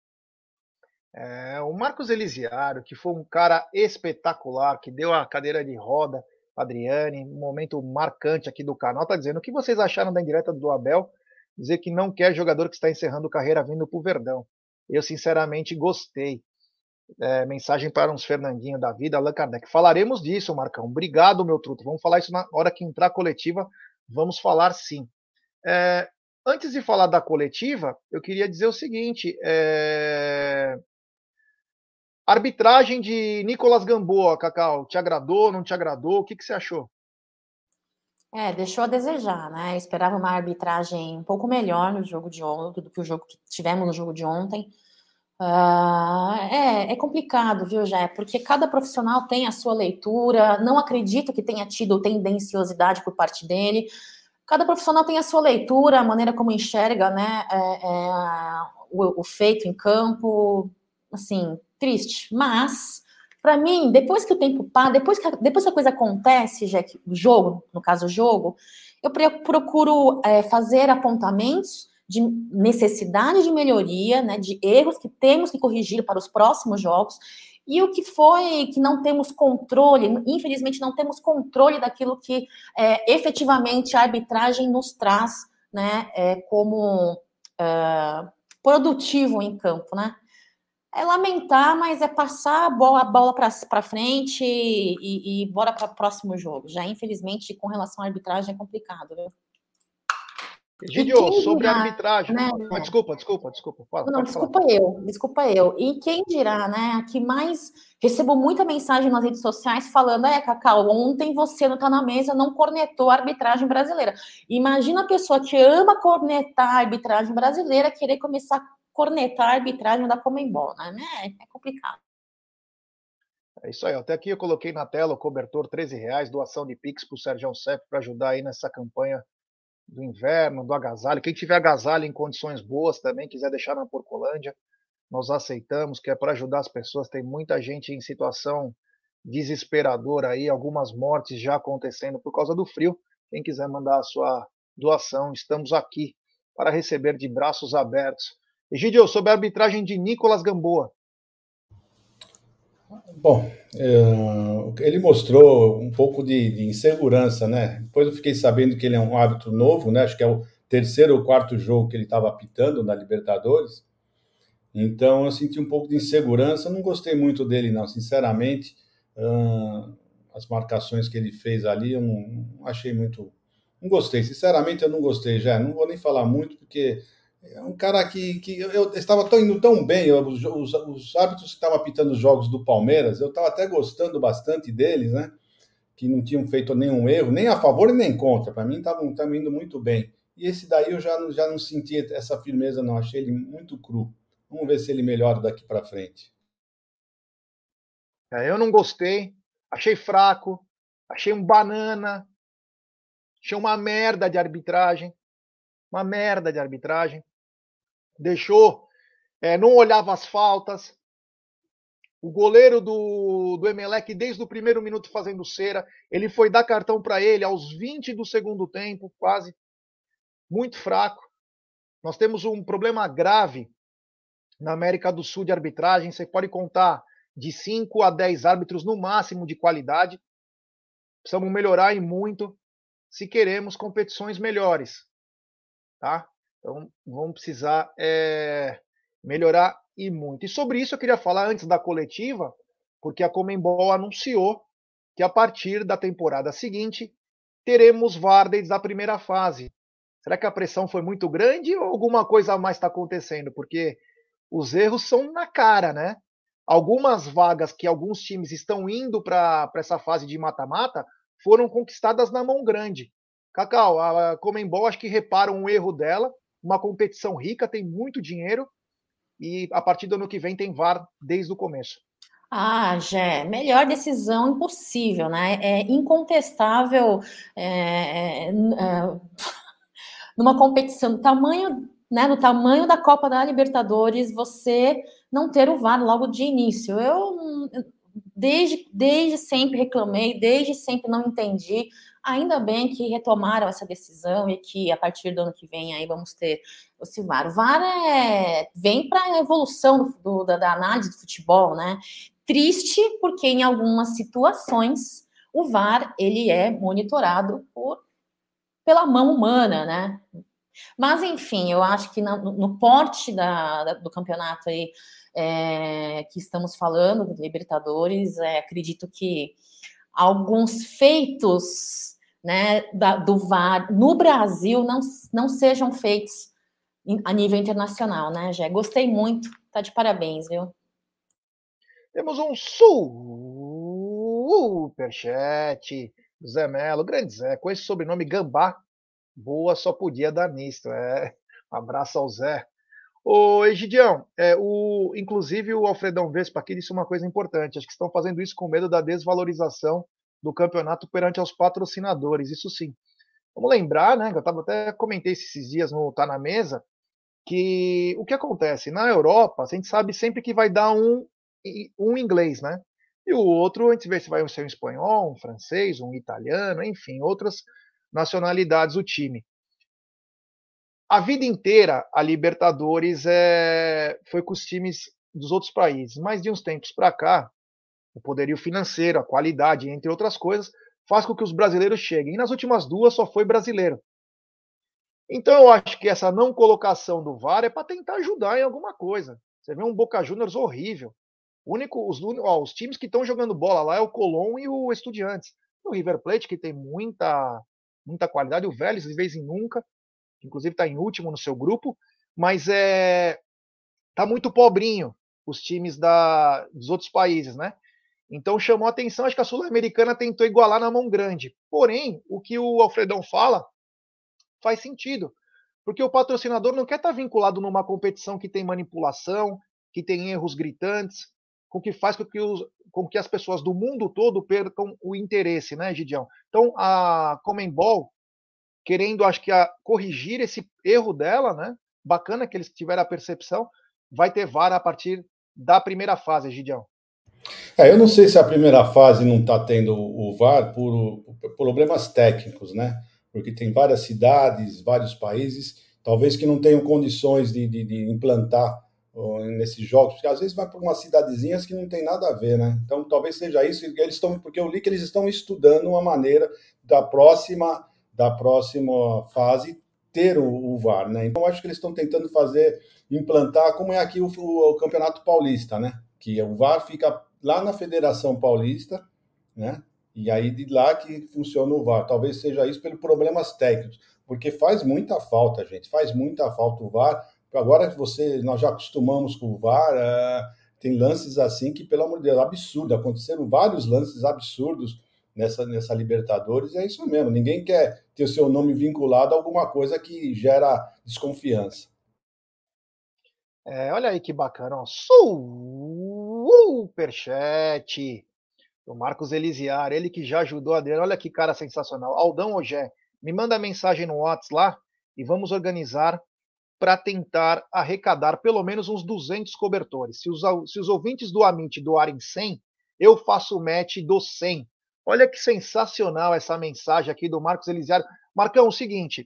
É, o Marcos Elisiário, que foi um cara espetacular, que deu a cadeira de roda, Adriane, um momento marcante aqui do canal, tá dizendo o que vocês acharam da indireta do Abel, dizer que não quer jogador que está encerrando carreira vindo pro Verdão. Eu, sinceramente, gostei. É, mensagem para uns Fernandinho da vida, Allan Kardec. Falaremos disso, Marcão. Obrigado, meu truto. Vamos falar isso na hora que entrar a coletiva. Vamos falar sim. É, antes de falar da coletiva, eu queria dizer o seguinte: é... arbitragem de Nicolas Gamboa, Cacau, te agradou, não te agradou? O que, que você achou? É, deixou a desejar, né? Eu esperava uma arbitragem um pouco melhor no jogo de ontem do que o jogo que tivemos no jogo de ontem. Uh, é, é complicado, viu, Jé? Porque cada profissional tem a sua leitura. Não acredito que tenha tido tendenciosidade por parte dele. Cada profissional tem a sua leitura, a maneira como enxerga, né, é, é, o, o feito em campo. Assim, triste. Mas, para mim, depois que o tempo passa, depois que, a, depois que a coisa acontece, já que o jogo, no caso o jogo, eu procuro é, fazer apontamentos de necessidade de melhoria, né, de erros que temos que corrigir para os próximos jogos, e o que foi que não temos controle, infelizmente não temos controle daquilo que é, efetivamente a arbitragem nos traz, né, é, como é, produtivo em campo, né? É lamentar, mas é passar a bola, a bola para frente e, e, e bora para o próximo jogo. Já, infelizmente, com relação à arbitragem, é complicado, viu? Egidio, sobre a arbitragem. Né? Ah, desculpa, desculpa, desculpa. Fala, não, desculpa falar. eu, desculpa eu. E quem dirá, né? Que mais recebo muita mensagem nas redes sociais falando: é, Cacau, ontem você não tá na mesa, não cornetou a arbitragem brasileira. Imagina a pessoa que ama cornetar a arbitragem brasileira querer começar a cornetar a arbitragem da Conmebol, né? É complicado. É isso aí. Até aqui eu coloquei na tela o cobertor treze reais, doação de Pix pro Sérgio Sepp para ajudar aí nessa campanha do inverno, do agasalho. Quem tiver agasalho em condições boas também, quiser deixar na Porcolândia, nós aceitamos, que é para ajudar as pessoas. Tem muita gente em situação desesperadora aí, algumas mortes já acontecendo por causa do frio. Quem quiser mandar a sua doação, estamos aqui para receber de braços abertos. Egidio, sobre a arbitragem de Nicolas Gamboa. Bom, é, ele mostrou um pouco de, de insegurança, né? Depois eu fiquei sabendo que ele é um árbitro novo, né? Acho que é o terceiro ou quarto jogo que ele estava apitando na Libertadores. Então eu senti um pouco de insegurança. Não gostei muito dele, não, sinceramente. Uh, as marcações que ele fez ali, eu não, não achei muito. Não gostei, sinceramente, eu não gostei já. Não vou nem falar muito, porque é um cara que, que eu, eu estava tão, indo tão bem. Eu, os, os, os árbitros que estavam apitando os jogos do Palmeiras, eu estava até gostando bastante deles, né? Que não tinham feito nenhum erro, nem a favor e nem contra. Para mim, estavam indo muito bem. E esse daí eu já, já não senti essa firmeza, não. Achei ele muito cru. Vamos ver se ele melhora daqui para frente. É, eu não gostei, achei fraco, achei um banana, achei uma merda de arbitragem, uma merda de arbitragem. Deixou, é, não olhava as faltas. O goleiro do, do Emelec, desde o primeiro minuto fazendo cera, ele foi dar cartão para ele aos vinte do segundo tempo, quase. Muito fraco. Nós temos um problema grave na América do Sul de arbitragem. Você pode contar de cinco a dez árbitros no máximo de qualidade. Precisamos melhorar e muito se queremos competições melhores, tá? Então vamos precisar é, melhorar e muito. E sobre isso eu queria falar antes da coletiva, porque a Conmebol anunciou que a partir da temporada seguinte teremos V A R desde a primeira fase. Será que a pressão foi muito grande ou alguma coisa a mais está acontecendo? Porque os erros são na cara, né? Algumas vagas que alguns times estão indo para essa fase de mata-mata foram conquistadas na mão grande. Cacau, a Conmebol acho que repara um erro dela, uma competição rica, tem muito dinheiro, e a partir do ano que vem tem V A R desde o começo. Ah, Jé, melhor decisão impossível, né? É incontestável é, é, numa competição do tamanho, né, no tamanho da Copa da Libertadores, você não ter o V A R logo de início. Eu desde, desde sempre reclamei, desde sempre não entendi. Ainda bem que retomaram essa decisão e que a partir do ano que vem aí vamos ter o V A R. O V A R é, vem para a evolução do, da, da análise do futebol, né? Triste porque em algumas situações o V A R ele é monitorado por, pela mão humana, né? Mas enfim, eu acho que no, no porte da, da, do campeonato aí é, que estamos falando, do Libertadores, é, acredito que alguns feitos, né, da, do V A R no Brasil não, não sejam feitos a nível internacional, né, Jé? Gostei muito, tá de parabéns, viu? Temos um superchat do Zé Melo, grande Zé, com esse sobrenome Gambá, boa, só podia dar nisto. É. Um abraço ao Zé. Ô, Egidião, é, o, inclusive o Alfredão Vespa aqui disse uma coisa importante. Acho que estão fazendo isso com medo da desvalorização do campeonato perante aos patrocinadores. Isso sim. Vamos lembrar, né? Eu tava, até comentei esses dias no Tá na Mesa, que o que acontece? Na Europa, a gente sabe sempre que vai dar um, um inglês, né? E o outro, a gente vê se vai ser um espanhol, um francês, um italiano, enfim, outras nacionalidades o time. A vida inteira, a Libertadores é, foi com os times dos outros países, mas de uns tempos para cá, o poderio financeiro, a qualidade, entre outras coisas, faz com que os brasileiros cheguem. E nas últimas duas só foi brasileiro. Então eu acho que essa não colocação do V A R é para tentar ajudar em alguma coisa. Você vê um Boca Juniors horrível. O único, os, ó, os times que estão jogando bola lá é o Colón e o Estudiantes. O River Plate, que tem muita, muita qualidade, o Vélez, de vez em nunca, inclusive está em último no seu grupo, mas é tá muito pobrinho os times da, dos outros países, né? Então chamou a atenção, acho que a Sul-Americana tentou igualar na mão grande. Porém, o que o Alfredão fala faz sentido, porque o patrocinador não quer estar vinculado numa competição que tem manipulação, que tem erros gritantes, com que faz com que, os, com que as pessoas do mundo todo percam o interesse, né, Gidião? Então, a Conmebol, querendo, acho que, a, corrigir esse erro dela, né? Bacana que eles tiveram a percepção, vai ter V A R a partir da primeira fase, Gidião. É, eu não sei se a primeira fase não está tendo o V A R por, por problemas técnicos, né? Porque tem várias cidades, vários países, talvez que não tenham condições de, de, de implantar nesses jogos, porque às vezes vai para umas cidadezinhas que não tem nada a ver, né? Então talvez seja isso, eles estão, porque eu li que eles estão estudando uma maneira da próxima, da próxima fase ter o, o V A R, né? Então acho que eles estão tentando fazer, implantar, como é aqui o, o, o Campeonato Paulista, né? Que o V A R fica lá na Federação Paulista, né? E aí de lá que funciona o V A R. Talvez seja isso pelos problemas técnicos, porque faz muita falta, gente, faz muita falta o V A R. Agora que você, nós já acostumamos com o V A R, é, tem lances assim que, pelo amor de Deus, absurdo. Aconteceram vários lances absurdos nessa, nessa Libertadores, e é isso mesmo. Ninguém quer ter o seu nome vinculado a alguma coisa que gera desconfiança. É, olha aí que bacana, ó. Superchat do Marcos Elisiar, ele que já ajudou a Adriano. Olha que cara sensacional. Aldão Ogé, me manda mensagem no WhatsApp lá e vamos organizar para tentar arrecadar pelo menos uns duzentos cobertores. Se os, se os ouvintes do Amit doarem cem, eu faço o match dos cem. Olha que sensacional essa mensagem aqui do Marcos Elisiário. Marcão, o seguinte,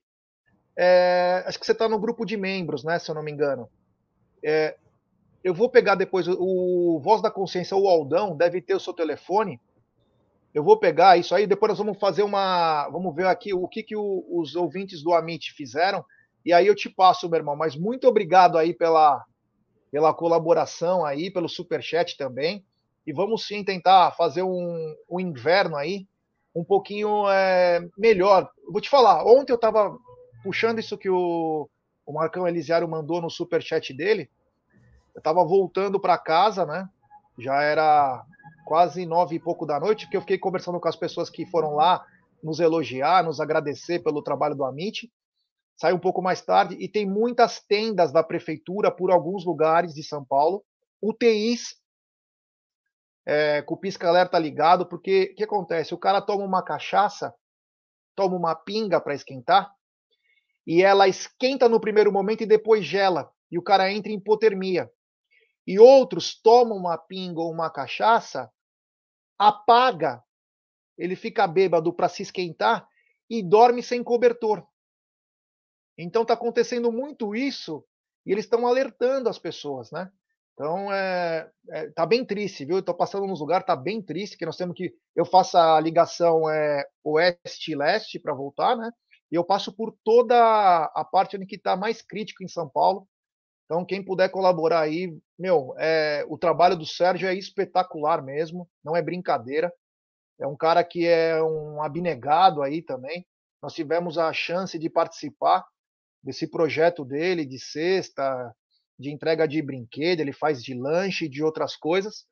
é, acho que você está no grupo de membros, né, se eu não me engano. É, eu vou pegar depois o, o Voz da Consciência, o Aldão, deve ter o seu telefone. Eu vou pegar isso aí, depois nós vamos fazer uma... Vamos ver aqui o que, que o, os ouvintes do Amit fizeram. E aí eu te passo, meu irmão. Mas muito obrigado aí pela, pela colaboração aí, pelo superchat também. E vamos sim tentar fazer um, um inverno aí um pouquinho é, melhor. Vou te falar, ontem eu estava puxando isso que o, o Marcão Elisiário mandou no superchat dele. Eu estava voltando para casa, né? Já era quase nove e pouco da noite, porque eu fiquei conversando com as pessoas que foram lá nos elogiar, nos agradecer pelo trabalho do Amit. Sai um pouco mais tarde e tem muitas tendas da prefeitura por alguns lugares de São Paulo, U T Is, é, com o pisca-alerta ligado, porque o que acontece? O cara toma uma cachaça, toma uma pinga para esquentar, e ela esquenta no primeiro momento e depois gela, e o cara entra em hipotermia. E outros tomam uma pinga ou uma cachaça, apaga, ele fica bêbado para se esquentar e dorme sem cobertor. Então está acontecendo muito isso e eles estão alertando as pessoas, né? Então é, é tá bem triste, viu? Estou passando nos lugares, tá bem triste que nós temos que eu faço a ligação é, oeste e leste para voltar, né? E eu passo por toda a parte onde que está mais crítico em São Paulo. Então quem puder colaborar aí, meu, é, o trabalho do Sérgio é espetacular mesmo, não é brincadeira. É um cara que é um abnegado aí também. Nós tivemos a chance de participar desse projeto dele de cesta, de entrega de brinquedo, ele faz de lanche e de outras coisas.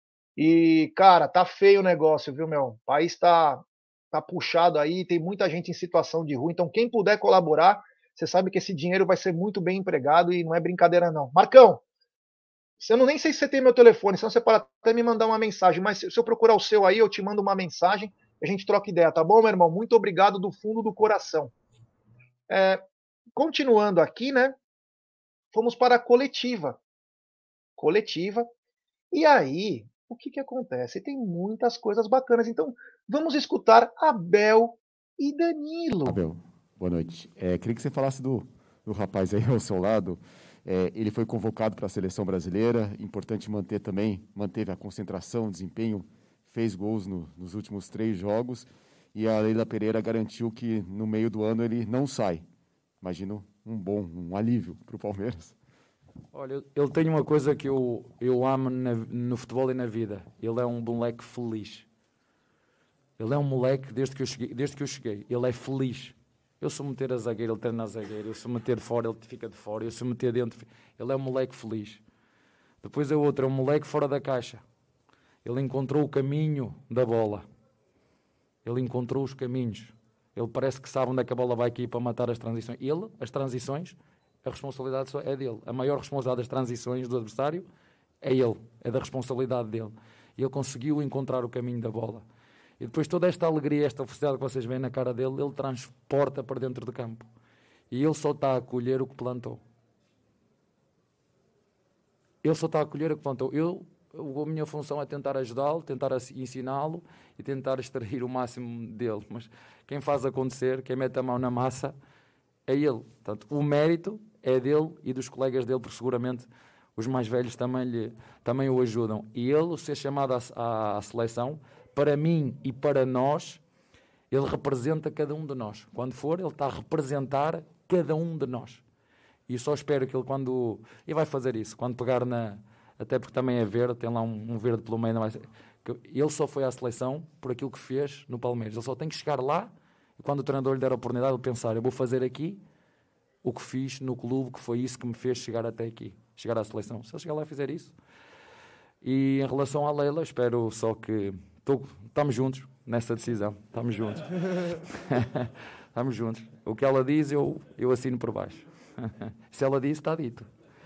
E, cara, tá feio o negócio, viu, meu? O país tá, tá puxado aí, tem muita gente em situação de rua. Então, quem puder colaborar, você sabe que esse dinheiro vai ser muito bem empregado e não é brincadeira, não. Marcão, eu não nem sei se você tem meu telefone, senão você pode até me mandar uma mensagem, mas se eu procurar o seu aí, eu te mando uma mensagem, a gente troca ideia, tá bom, meu irmão? Muito obrigado do fundo do coração. É, Continuando aqui, né? Fomos para a coletiva. Coletiva. E aí, o que, que acontece? Tem muitas coisas bacanas. Então, vamos escutar Abel e Danilo. Abel, boa noite. É, queria que você falasse do, do rapaz aí ao seu lado. É, ele foi convocado para a seleção brasileira. Importante manter também, manteve a concentração, desempenho, fez gols no, nos últimos três jogos. E a Leila Pereira garantiu que no meio do ano ele não sai. Imagino um bom, um alívio para o Palmeiras. Olha, ele tem uma coisa que eu, eu amo na, no futebol e na vida. Ele é um moleque feliz. Ele é um moleque, desde que eu cheguei, desde que eu cheguei ele é feliz. Eu sou meter a zagueira, ele treina a zagueira. Eu sou meter de fora, ele fica de fora. Eu sou meter dentro, ele é um moleque feliz. Depois é outro, é um moleque fora da caixa. Ele encontrou o caminho da bola. Ele encontrou os caminhos. Ele parece que sabe onde é que a bola vai aqui para matar as transições. Ele, as transições, a responsabilidade só é dele. A maior responsabilidade das transições do adversário é ele, é da responsabilidade dele. Ele conseguiu encontrar o caminho da bola. E depois toda esta alegria, esta felicidade que vocês veem na cara dele, ele transporta para dentro do campo. E ele só está a colher o que plantou. Ele só está a colher o que plantou. Eu, a minha função é tentar ajudá-lo, tentar ensiná-lo e tentar extrair o máximo dele. Mas quem faz acontecer, quem mete a mão na massa, é ele. Portanto, o mérito é dele e dos colegas dele, porque seguramente os mais velhos também, lhe, também o ajudam. E ele, ser chamado à, à, à seleção, para mim e para nós, ele representa cada um de nós. Quando for, ele está a representar cada um de nós. E só espero que ele, quando... E vai fazer isso, quando pegar na... Até porque também é verde, tem lá um, um verde pelo meio. Não vai ser, que ele só foi à seleção por aquilo que fez no Palmeiras. Ele só tem que chegar lá e quando o treinador lhe der a oportunidade, ele pensar, eu vou fazer aqui o que fiz no clube, que foi isso que me fez chegar até aqui, chegar à seleção. Se ele chegar lá e fizer isso. E em relação à Leila, espero só que... Tô, estamos juntos nessa decisão. Estamos juntos. Estamos juntos. O que ela diz, eu, eu assino por baixo. Se ela diz, está dito.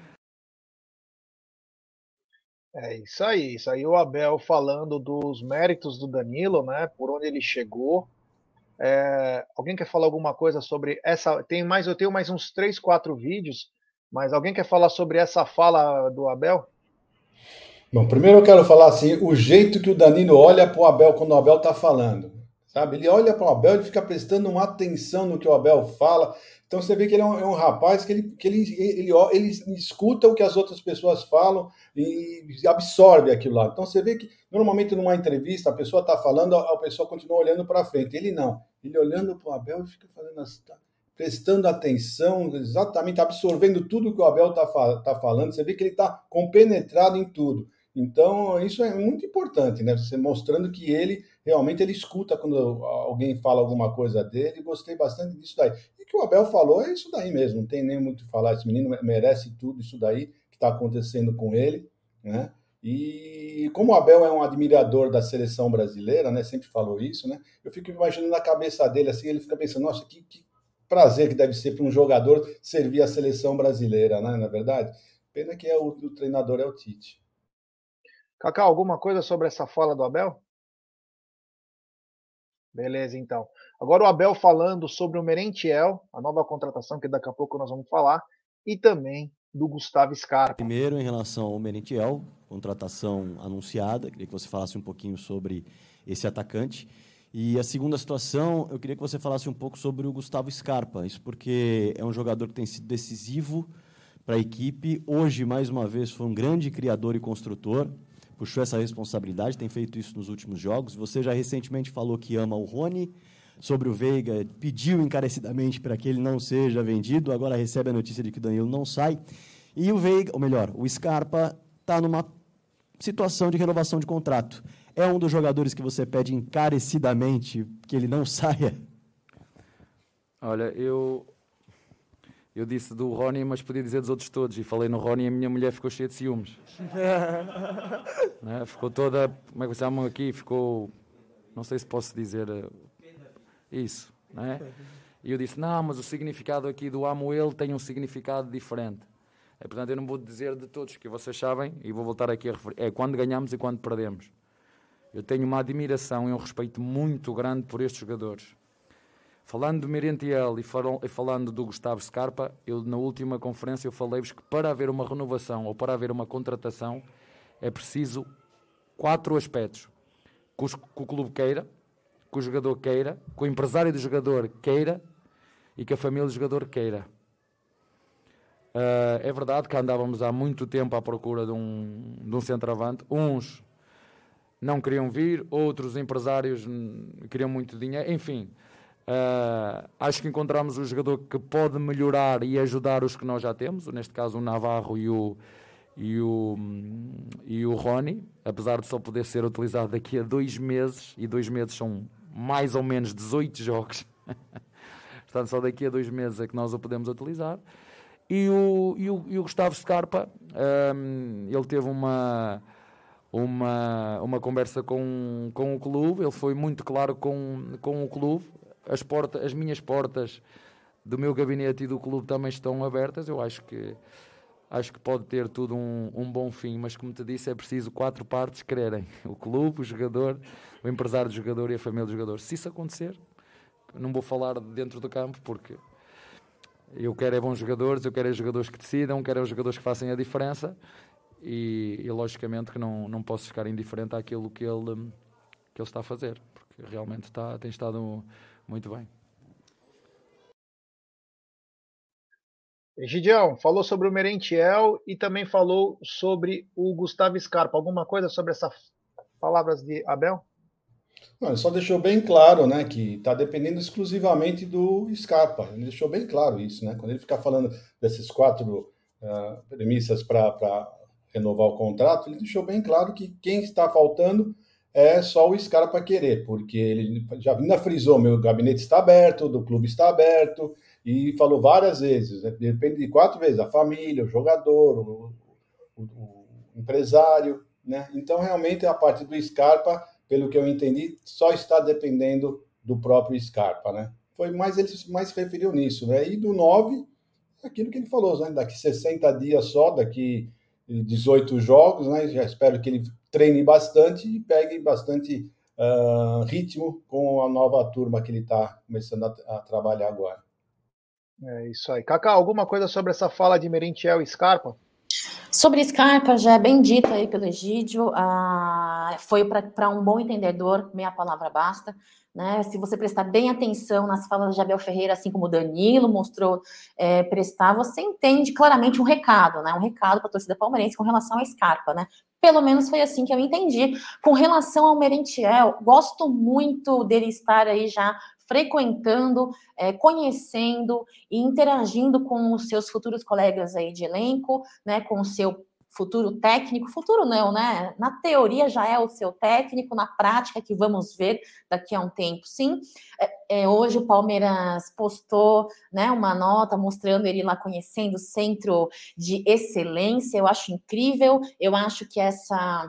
É isso aí, isso aí o Abel falando dos méritos do Danilo, né? Por onde ele chegou. É, alguém quer falar alguma coisa sobre essa? Tem mais, eu tenho mais uns três, quatro vídeos, mas alguém quer falar sobre essa fala do Abel? Bom, primeiro eu quero falar assim, o jeito que o Danilo olha para o Abel quando o Abel está falando, sabe? Ele olha para o Abel, ele fica prestando uma atenção no que o Abel fala. Então você vê que ele é um, é um rapaz que, ele, que ele, ele, ele, ele escuta o que as outras pessoas falam e absorve aquilo lá. Então você vê que normalmente numa entrevista a pessoa está falando, a pessoa continua olhando para frente. Ele não. Ele olhando para o Abel e fica fazendo assim, tá, prestando atenção, exatamente absorvendo tudo que o Abel está tá falando. Você vê que ele está compenetrado em tudo. Então, isso é muito importante, né? Você mostrando que ele, realmente, ele escuta quando alguém fala alguma coisa dele. Gostei bastante disso daí. E o que o Abel falou é isso daí mesmo. Não tem nem muito o que falar. Esse menino merece tudo isso daí que está acontecendo com ele, né? E como o Abel é um admirador da seleção brasileira, né? Sempre falou isso, né? Eu fico imaginando na cabeça dele, assim, ele fica pensando, nossa, que, que prazer que deve ser para um jogador servir a seleção brasileira, né? Na verdade, pena que é o, o treinador é o Tite. Cacau, alguma coisa sobre essa fala do Abel? Beleza, então. Agora o Abel falando sobre o Merentiel, a nova contratação que daqui a pouco nós vamos falar, e também do Gustavo Scarpa. Primeiro, em relação ao Merentiel, contratação anunciada, queria que você falasse um pouquinho sobre esse atacante. E a segunda situação, eu queria que você falasse um pouco sobre o Gustavo Scarpa, isso porque é um jogador que tem sido decisivo para a equipe. Hoje, mais uma vez, foi um grande criador e construtor, puxou essa responsabilidade, tem feito isso nos últimos jogos. Você já recentemente falou que ama o Rony, sobre o Veiga, pediu encarecidamente para que ele não seja vendido, agora recebe a notícia de que o Danilo não sai. E o Veiga, ou melhor, o Scarpa está numa situação de renovação de contrato. É um dos jogadores que você pede encarecidamente que ele não saia? Olha, eu... Eu disse do Rony, mas podia dizer dos outros todos. E falei no Rony e a minha mulher ficou cheia de ciúmes. Né? Ficou toda... Como é que se chama aqui? Ficou... Não sei se posso dizer... Isso. Né? E eu disse, não, mas o significado aqui do amo ele tem um significado diferente. É, portanto, eu não vou dizer de todos, que vocês sabem, e vou voltar aqui a referir. É quando ganhamos e quando perdemos. Eu tenho uma admiração e um respeito muito grande por estes jogadores. Falando do Merentiel e falando do Gustavo Scarpa, eu na última conferência eu falei-vos que para haver uma renovação ou para haver uma contratação é preciso quatro aspectos. Que, os, que o clube queira, que o jogador queira, que o empresário do jogador queira e que a família do jogador queira. Uh, é verdade que andávamos há muito tempo à procura de um, de um centroavante. Uns não queriam vir, outros empresários queriam muito dinheiro, enfim... Uh, acho que encontramos o jogador que pode melhorar e ajudar os que nós já temos, neste caso o Navarro e o, e o, e o Rony, apesar de só poder ser utilizado daqui a dois meses, e dois meses são mais ou menos dezoito jogos, portanto só daqui a dois meses é que nós o podemos utilizar. E o, e o, e o Gustavo Scarpa, um, ele teve uma... Uma, uma conversa com, com o clube, ele foi muito claro com, com o clube. As, portas, as minhas portas do meu gabinete e do clube também estão abertas. Eu acho que, acho que pode ter tudo um, um bom fim, mas como te disse, é preciso quatro partes quererem: o clube, o jogador, o empresário do jogador e a família do jogador. Se isso acontecer, não vou falar dentro do campo, porque eu quero é bons jogadores, eu quero é jogadores que decidam, quero é os jogadores que façam a diferença e, e logicamente que não, não posso ficar indiferente àquilo que ele, que ele está a fazer, porque realmente está, tem estado muito bem. Gideão, falou sobre o Merentiel e também falou sobre o Gustavo Scarpa. Alguma coisa sobre essas palavras de Abel? Não, ele só deixou bem claro, né, que está dependendo exclusivamente do Scarpa. Ele deixou bem claro isso, né? Quando ele fica falando dessas quatro uh, premissas para renovar o contrato, ele deixou bem claro que quem está faltando é só o Scarpa querer, porque ele já ainda frisou, meu gabinete está aberto, do clube está aberto, e falou várias vezes, né? Depende de quatro vezes, a família, o jogador, o, o, o empresário, né? Então, realmente, a parte do Scarpa, pelo que eu entendi, só está dependendo do próprio Scarpa, né? Foi mais, ele mais se referiu nisso, né? E do nove, aquilo que ele falou, né? Daqui sessenta dias só, daqui dezoito jogos, né? Já espero que ele treine bastante e pegue bastante uh, ritmo com a nova turma que ele está começando a, a trabalhar agora. É isso aí. Cacá, alguma coisa sobre essa fala de Merentiel e Scarpa? Sobre Scarpa, já é bem dita aí pelo Egídio, ah, foi para um bom entendedor, meia palavra basta, né? Se você prestar bem atenção nas falas de Abel Ferreira, assim como o Danilo mostrou é, prestar, você entende claramente um recado, né? Um recado para a torcida palmeirense com relação a Scarpa, né? Pelo menos foi assim que eu entendi. Com relação ao Merentiel, gosto muito dele estar aí já frequentando, é, conhecendo e interagindo com os seus futuros colegas aí de elenco, né, com o seu futuro técnico, futuro não, né? Na teoria já é o seu técnico, na prática que vamos ver daqui a um tempo, sim. É, é, hoje o Palmeiras postou, né, uma nota mostrando ele lá conhecendo o centro de excelência, eu acho incrível, eu acho que essa...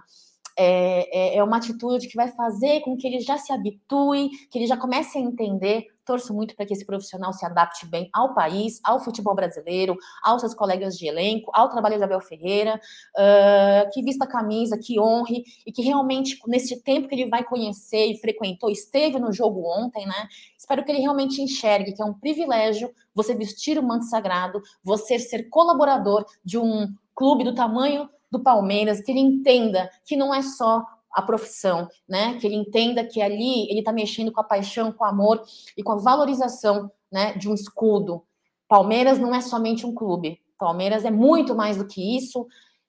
É, é, é uma atitude que vai fazer com que ele já se habitue, que ele já comece a entender. Torço muito para que esse profissional se adapte bem ao país, ao futebol brasileiro, aos seus colegas de elenco, ao trabalho de Abel Ferreira, uh, que vista a camisa, que honre, e que realmente, nesse tempo que ele vai conhecer e frequentou, esteve no jogo ontem, né? Espero que ele realmente enxergue que é um privilégio você vestir o manto sagrado, você ser colaborador de um clube do tamanho do Palmeiras, que ele entenda que não é só a profissão, né? Que ele entenda que ali ele está mexendo com a paixão, com o amor e com a valorização, né, de um escudo. Palmeiras não é somente um clube. Palmeiras é muito mais do que isso.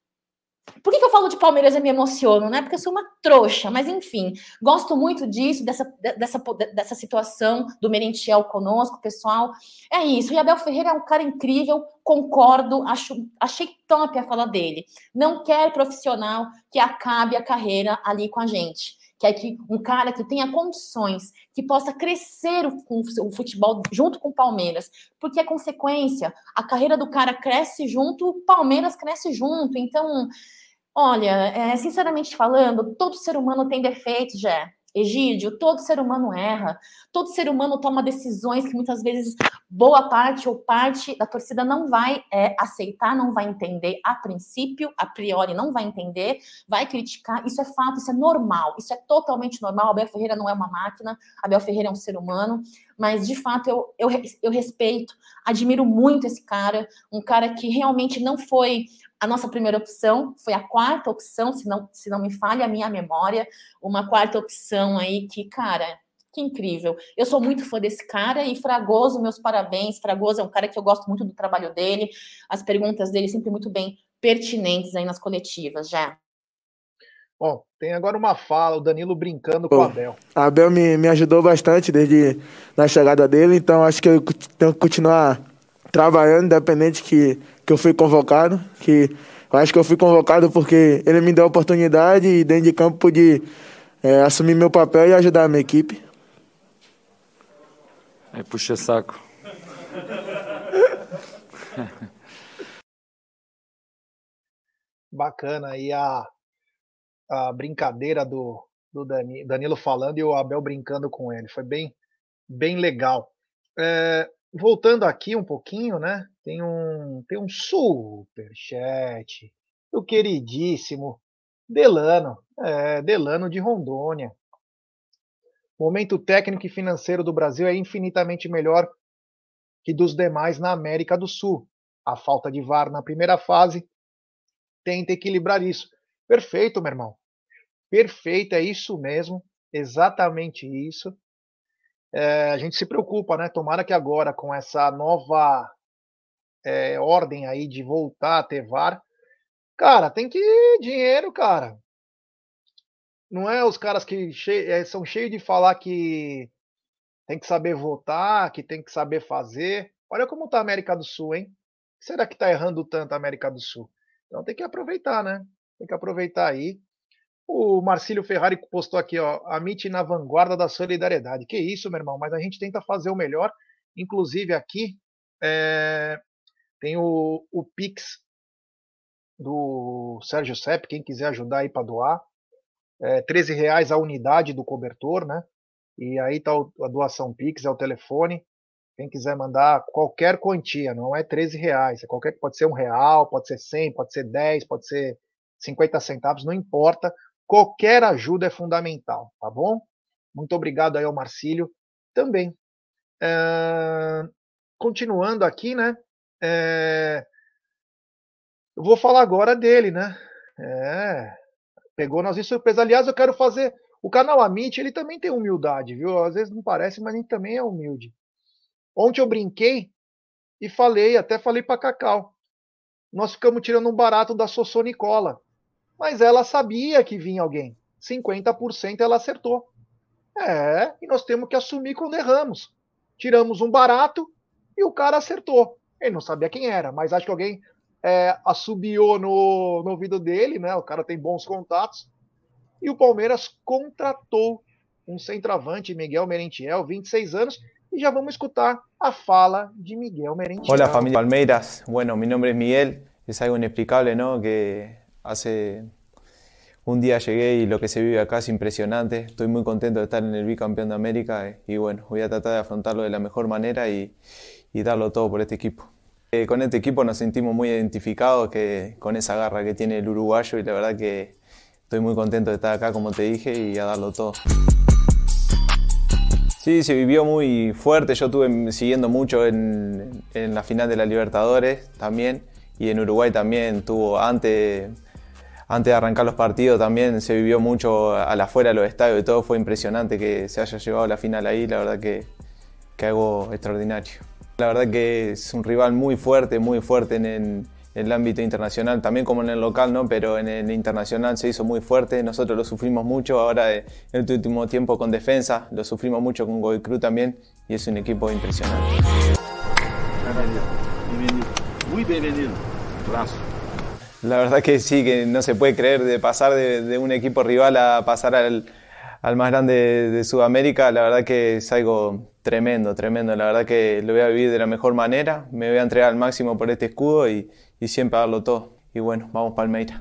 Por que, que eu falo de Palmeiras e me emociono, né? Porque eu sou uma trouxa, mas enfim, gosto muito disso, dessa, dessa, dessa situação do Merentiel conosco, pessoal. É isso. E Abel Ferreira é um cara incrível, concordo, acho, achei top a fala dele. Não quer profissional que acabe a carreira ali com a gente. Quer que um cara que tenha condições, que possa crescer o, o futebol junto com o Palmeiras, porque é consequência. A carreira do cara cresce junto, o Palmeiras cresce junto. Então, olha, é, sinceramente falando, todo ser humano tem defeitos, já. Egídio, todo ser humano erra, todo ser humano toma decisões que muitas vezes boa parte ou parte da torcida não vai é, aceitar, não vai entender a princípio, a priori não vai entender, vai criticar, isso é fato, isso é normal, isso é totalmente normal. Abel Ferreira não é uma máquina, Abel Ferreira é um ser humano, mas de fato eu, eu, eu respeito, admiro muito esse cara, um cara que realmente não foi a nossa primeira opção, foi a quarta opção, se não, se não me falha a minha memória, uma quarta opção aí que, cara, que incrível. Eu sou muito fã desse cara e Fragoso, meus parabéns. Fragoso é um cara que eu gosto muito do trabalho dele, as perguntas dele sempre muito bem pertinentes aí nas coletivas, já. Bom, tem agora uma fala, o Danilo brincando com o Abel. Abel me, me ajudou bastante desde a chegada dele, então acho que eu tenho que continuar trabalhando, independente que, que eu fui convocado, que eu acho que eu fui convocado porque ele me deu a oportunidade e dentro de campo pude é, assumir meu papel e ajudar a minha equipe. É puxa saco. Bacana aí a, a brincadeira do, do Danilo, Danilo falando e o Abel brincando com ele, foi bem, bem legal. É, voltando aqui um pouquinho, né? Tem um, tem um superchat do queridíssimo Delano, é, Delano de Rondônia. O momento técnico e financeiro do Brasil é infinitamente melhor que dos demais na América do Sul. A falta de V A R na primeira fase tenta equilibrar isso. Perfeito, meu irmão. Perfeito, é isso mesmo. Exatamente isso. É, a gente se preocupa, né? Tomara que agora, com essa nova é, ordem aí de voltar a ter V A R. Cara, tem que dinheiro, cara. Não é os caras que che é, são cheios de falar que tem que saber votar, que tem que saber fazer. Olha como tá a América do Sul, hein? Será que tá errando tanto a América do Sul? Então tem que aproveitar, né? Tem que aproveitar aí. O Marcílio Ferrari postou aqui, ó, a M I T na vanguarda da solidariedade. Que isso, meu irmão, mas a gente tenta fazer o melhor. Inclusive aqui é, tem o, o Pix do Sérgio Sepp, quem quiser ajudar aí para doar. É, treze reais a unidade do cobertor, né? E aí tá a doação Pix, é o telefone. Quem quiser mandar qualquer quantia, não é treze reais, é qualquer, pode ser um real, pode ser cem, pode ser dez, pode ser cinquenta centavos, não importa. Qualquer ajuda é fundamental, tá bom? Muito obrigado aí ao Marcílio também. É, continuando aqui, né? É, eu vou falar agora dele, né? É, pegou nós de surpresa. Aliás, eu quero fazer. O canal Amit, ele também tem humildade, viu? Às vezes não parece, mas a gente também é humilde. Ontem eu brinquei e falei, até falei para Cacau. Nós ficamos tirando um barato da Sossô Nicola. Mas ela sabia que vinha alguém. cinquenta por cento ela acertou. É, e nós temos que assumir quando erramos. Tiramos um barato e o cara acertou. Ele não sabia quem era, mas acho que alguém é, assobiou no, no ouvido dele, né? O cara tem bons contatos. E o Palmeiras contratou um centroavante, Miguel Merentiel, vinte e seis anos, y ya vamos a escuchar a fala de Miguel Merentiel. Hola familia Palmeiras, bueno, mi nombre es Miguel, es algo inexplicable, ¿no? Que hace un día llegué y lo que se vive acá es impresionante, estoy muy contento de estar en el bicampeón de América y bueno, voy a tratar de afrontarlo de la mejor manera y, y darlo todo por este equipo. Eh, con este equipo nos sentimos muy identificados que, con esa garra que tiene el uruguayo y la verdad que estoy muy contento de estar acá, como te dije, y a darlo todo. Sí, se vivió muy fuerte, yo estuve siguiendo mucho en, en la final de la Libertadores también, y en Uruguay también tuvo, antes, antes de arrancar los partidos también se vivió mucho a la afuera de los estadios y todo, fue impresionante que se haya llevado a la final ahí, la verdad que, que algo extraordinario. La verdad que es un rival muy fuerte, muy fuerte en, en, en el ámbito internacional, también como en el local, ¿no? Pero en el internacional se hizo muy fuerte, nosotros lo sufrimos mucho, ahora en el último tiempo con defensa, lo sufrimos mucho con Godoy Cruz también, y es un equipo impresionante. Bienvenido, bienvenido, muy bienvenido, abrazo. La verdad que sí, que no se puede creer de pasar de, de un equipo rival a pasar al, al más grande de, de Sudamérica, la verdad que es algo tremendo, tremendo, la verdad que lo voy a vivir de la mejor manera, me voy a entregar al máximo por este escudo y, y siempre a darlo todo. E bueno, vamos Palmeiras.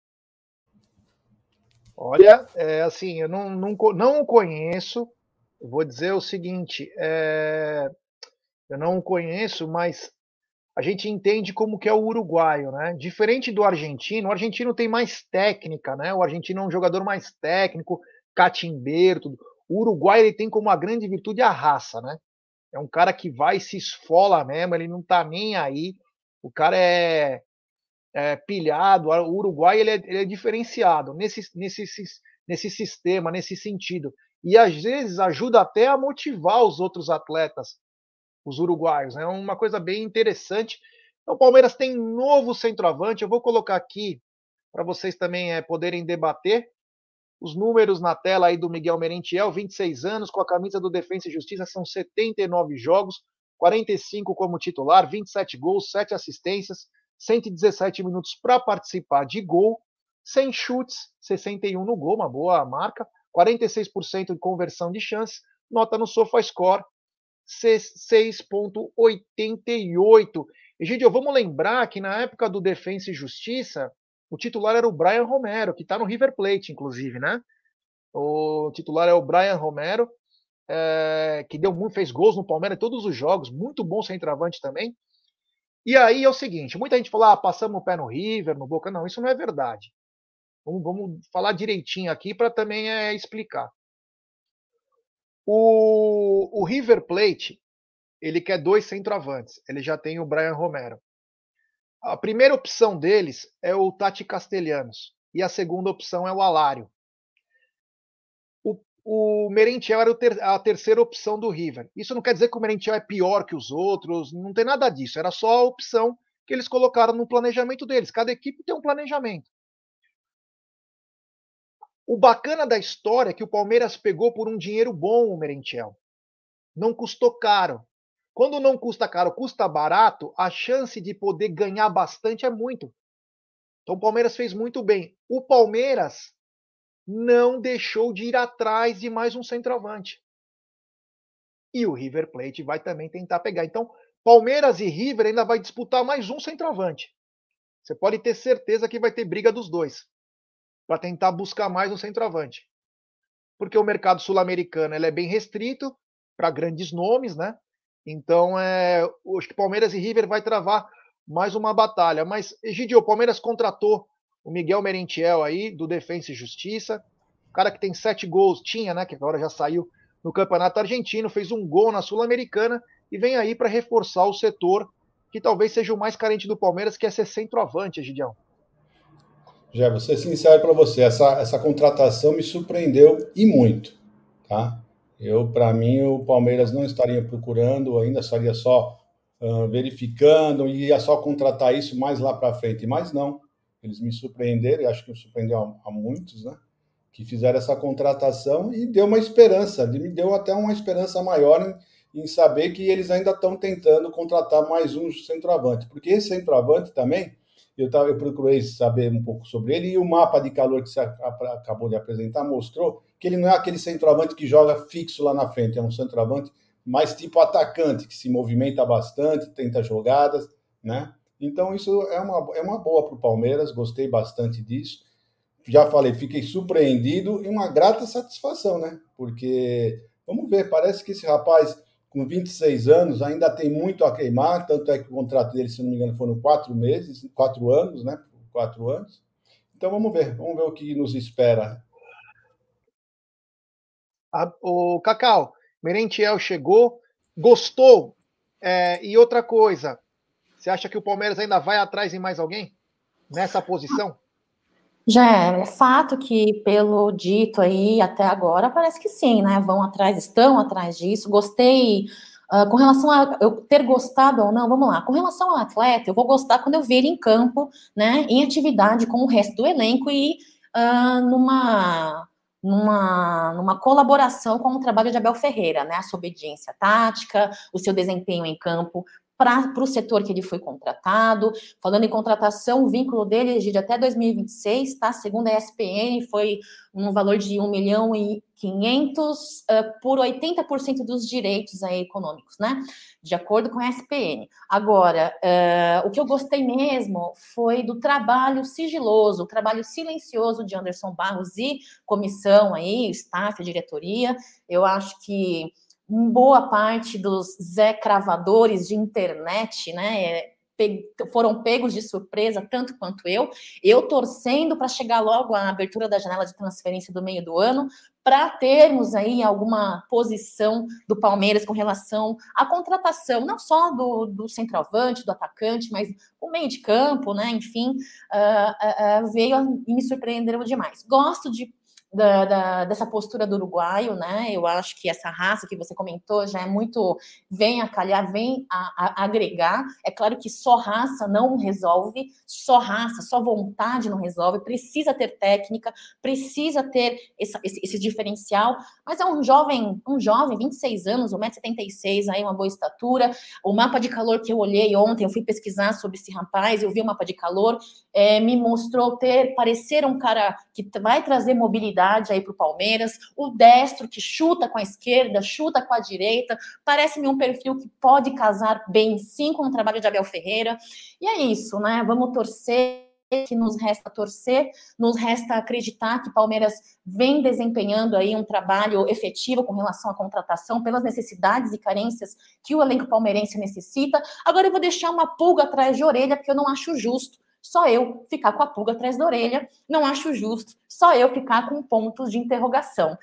Olha, é, assim, eu não, não, não o conheço, eu vou dizer o seguinte, é, eu não o conheço, mas a gente entende como que é o uruguaio, né? Diferente do argentino, o argentino tem mais técnica, né? O argentino é um jogador mais técnico, catimbeiro, tudo. O Uruguai ele tem como uma grande virtude a raça, né? É um cara que vai e se esfola mesmo, ele não tá nem aí. O cara é, é pilhado. O Uruguai ele é, ele é diferenciado nesse, nesse, nesse sistema, nesse sentido. E às vezes ajuda até a motivar os outros atletas, os uruguaios. É uma coisa bem interessante. Então, o Palmeiras tem novo centroavante. Eu vou colocar aqui para vocês também é, poderem debater. Os números na tela aí do Miguel Merentiel, vinte e seis anos, com a camisa do Defensa e Justiça, são setenta e nove jogos, quarenta e cinco como titular, vinte e sete gols, sete assistências, cento e dezessete minutos para participar de gol, cem chutes, sessenta e um no gol, uma boa marca, quarenta e seis por cento de conversão de chances, nota no SofaScore, seis vírgula oitenta e oito. E, gente, vamos lembrar que na época do Defensa e Justiça, o titular era o Brian Romero, que está no River Plate, inclusive, né? O titular é o Brian Romero, é, que deu muito, fez gols no Palmeiras em todos os jogos, muito bom centroavante também. E aí é o seguinte, muita gente fala, ah, passamos o pé no River, no Boca. Não, isso não é verdade. Vamos, vamos falar direitinho aqui para também é, explicar. O, o River Plate, ele quer dois centroavantes. Ele já tem o Brian Romero. A primeira opção deles é o Tati Castellanos e a segunda opção é o Alário. O, o Merentiel era o ter, a terceira opção do River. Isso não quer dizer que o Merentiel é pior que os outros, não tem nada disso. Era só a opção que eles colocaram no planejamento deles. Cada equipe tem um planejamento. O bacana da história é que o Palmeiras pegou por um dinheiro bom o Merentiel. Não custou caro. Quando não custa caro, custa barato, a chance de poder ganhar bastante é muito. Então o Palmeiras fez muito bem. O Palmeiras não deixou de ir atrás de mais um centroavante. E o River Plate vai também tentar pegar. Então, Palmeiras e River ainda vai disputar mais um centroavante. Você pode ter certeza que vai ter briga dos dois para tentar buscar mais um centroavante. Porque o mercado sul-americano ele é bem restrito para grandes nomes, né? Então, é, acho que Palmeiras e River vai travar mais uma batalha. Mas, Egidio, o Palmeiras contratou o Miguel Merentiel aí, do Defensa e Justiça. O cara que tem sete gols, tinha, né? Que agora já saiu no Campeonato Argentino, fez um gol na Sul-Americana e vem aí para reforçar o setor que talvez seja o mais carente do Palmeiras, que é ser centroavante, Egidião. Já vou ser sincero para você, essa, essa contratação me surpreendeu e muito, tá? Eu, para mim, o Palmeiras não estaria procurando, ainda estaria só uh, verificando, e ia só contratar isso mais lá para frente, mas não. Eles me surpreenderam, e acho que me surpreendeu a, a muitos, né? Que fizeram essa contratação e deu uma esperança, me deu até uma esperança maior em, em saber que eles ainda estão tentando contratar mais um centroavante, porque esse centroavante também, eu, tava, eu procurei saber um pouco sobre ele, e o mapa de calor que você acabou de apresentar mostrou que ele não é aquele centroavante que joga fixo lá na frente, é um centroavante mais tipo atacante, que se movimenta bastante, tenta jogadas, né? Então isso é uma, é uma boa para o Palmeiras, gostei bastante disso. Já falei, fiquei surpreendido e uma grata satisfação, né? Porque, vamos ver, parece que esse rapaz, com vinte e seis anos, ainda tem muito a queimar, tanto é que o contrato dele, se não me engano, foram quatro meses, quatro anos, né? Quatro anos. Então, vamos ver, vamos ver o que nos espera. A, o Cacau, Merentiel chegou, gostou, é, e outra coisa, você acha que o Palmeiras ainda vai atrás em mais alguém nessa posição? Já é, é fato que, pelo dito aí até agora, parece que sim, né? Vão atrás, estão atrás disso. Gostei, uh, com relação a eu ter gostado ou não, vamos lá. Com relação ao atleta, eu vou gostar quando eu ver ele em campo, né? Em atividade com o resto do elenco e uh, numa, numa, numa colaboração com o trabalho de Abel Ferreira, né? A sua obediência tática, o seu desempenho em campo, para o setor que ele foi contratado. Falando em contratação, o vínculo dele de até dois mil e vinte e seis, tá? Segundo a E S P N, foi um valor de um milhão e quinhentos uh, por oitenta por cento dos direitos aí, econômicos, né? De acordo com a E S P N. Agora, uh, o que eu gostei mesmo foi do trabalho sigiloso, o trabalho silencioso de Anderson Barros e comissão aí, staff, a diretoria. Eu acho que boa parte dos Zé Cravadores de internet, né, foram pegos de surpresa, tanto quanto eu, eu torcendo para chegar logo à abertura da janela de transferência do meio do ano, para termos aí alguma posição do Palmeiras com relação à contratação, não só do, do centroavante, do atacante, mas o meio de campo, né, enfim, uh, uh, uh, veio e me surpreenderam demais. Gosto de Da, da, dessa postura do uruguaio, né? Eu acho que essa raça que você comentou já é muito, vem a calhar, vem a, a agregar. É claro que só raça não resolve, só raça, só vontade não resolve, precisa ter técnica, precisa ter essa, esse, esse diferencial, mas é um jovem, um jovem, vinte e seis anos, um metro e setenta e seis, aí uma boa estatura. O mapa de calor que eu olhei ontem, eu fui pesquisar sobre esse rapaz, eu vi o mapa de calor, é, me mostrou ter, parecer um cara que vai trazer mobilidade aí para o Palmeiras, o destro que chuta com a esquerda, chuta com a direita, parece-me um perfil que pode casar bem sim com o trabalho de Abel Ferreira, e é isso, né? Vamos torcer, que nos resta torcer, nos resta acreditar que o Palmeiras vem desempenhando aí um trabalho efetivo com relação à contratação, pelas necessidades e carências que o elenco palmeirense necessita. Agora eu vou deixar uma pulga atrás de orelha, porque eu não acho justo só eu ficar com a pulga atrás da orelha, não acho justo só eu ficar com pontos de interrogação.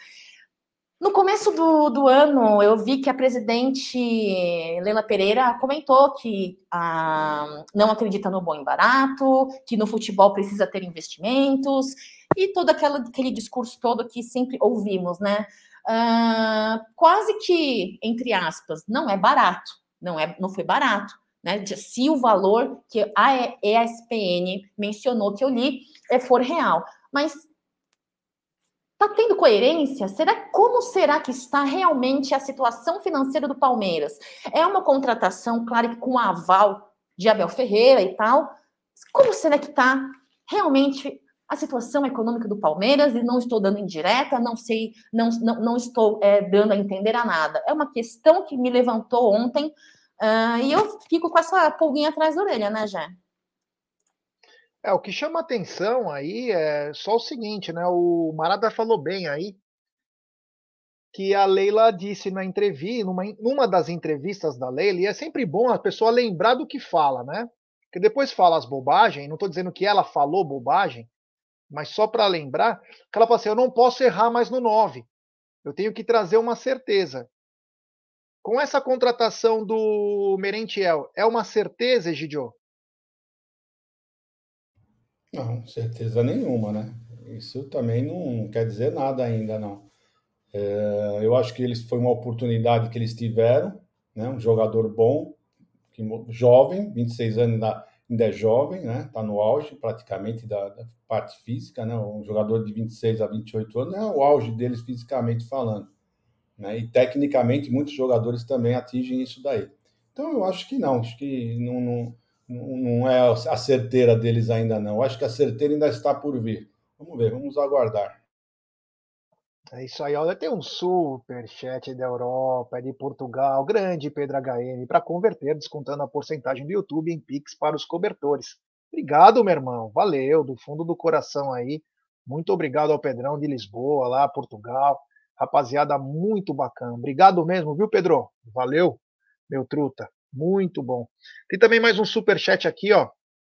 No começo do, do ano, eu vi que a presidente Leila Pereira comentou que ah, não acredita no bom e barato, que no futebol precisa ter investimentos, e todo aquela, aquele discurso todo que sempre ouvimos, né? uh, quase que, entre aspas, não é barato, não, é, não foi barato, né? Se o valor que a E S P N mencionou, que eu li, é for real. Mas está tendo coerência? Será, como será que está realmente a situação financeira do Palmeiras? É uma contratação, claro que com aval de Abel Ferreira e tal. Como será que está realmente a situação econômica do Palmeiras? E não estou dando indireta, não sei, não, não, não estou é, dando a entender a nada. É uma questão que me levantou ontem uh, e eu fico com essa pulguinha atrás da orelha, né, Jé? É, o que chama atenção aí é só o seguinte, né? O Marada falou bem aí, que a Leila disse na entrevista, numa, numa das entrevistas da Leila, e é sempre bom a pessoa lembrar do que fala, né? Porque depois fala as bobagens, não estou dizendo que ela falou bobagem, mas só para lembrar, que ela fala assim, eu não posso errar mais no nove, eu tenho que trazer uma certeza. Com essa contratação do Merentiel, é uma certeza, Egidio? Não, certeza nenhuma, né? Isso também não quer dizer nada ainda, não. É, eu acho que eles foi uma oportunidade que eles tiveram, né? Um jogador bom, que, jovem, vinte e seis anos ainda, ainda é jovem, né? Está no auge praticamente da, da parte física, né? Um jogador de vinte e seis a vinte e oito anos é o auge deles fisicamente falando, né? E tecnicamente muitos jogadores também atingem isso daí. Então eu acho que não, acho que não, não, não é a certeira deles ainda não. Eu acho que a certeira ainda está por vir. Vamos ver, vamos aguardar. É isso aí, olha, tem um superchat da Europa, é de Portugal, grande Pedro H M, para converter, descontando a porcentagem do YouTube em Pix para os cobertores. Obrigado, meu irmão, valeu, do fundo do coração aí. Muito obrigado ao Pedrão de Lisboa, lá, Portugal. Rapaziada, muito bacana. Obrigado mesmo, viu, Pedro? Valeu, meu truta. Muito bom. Tem também mais um superchat aqui, ó.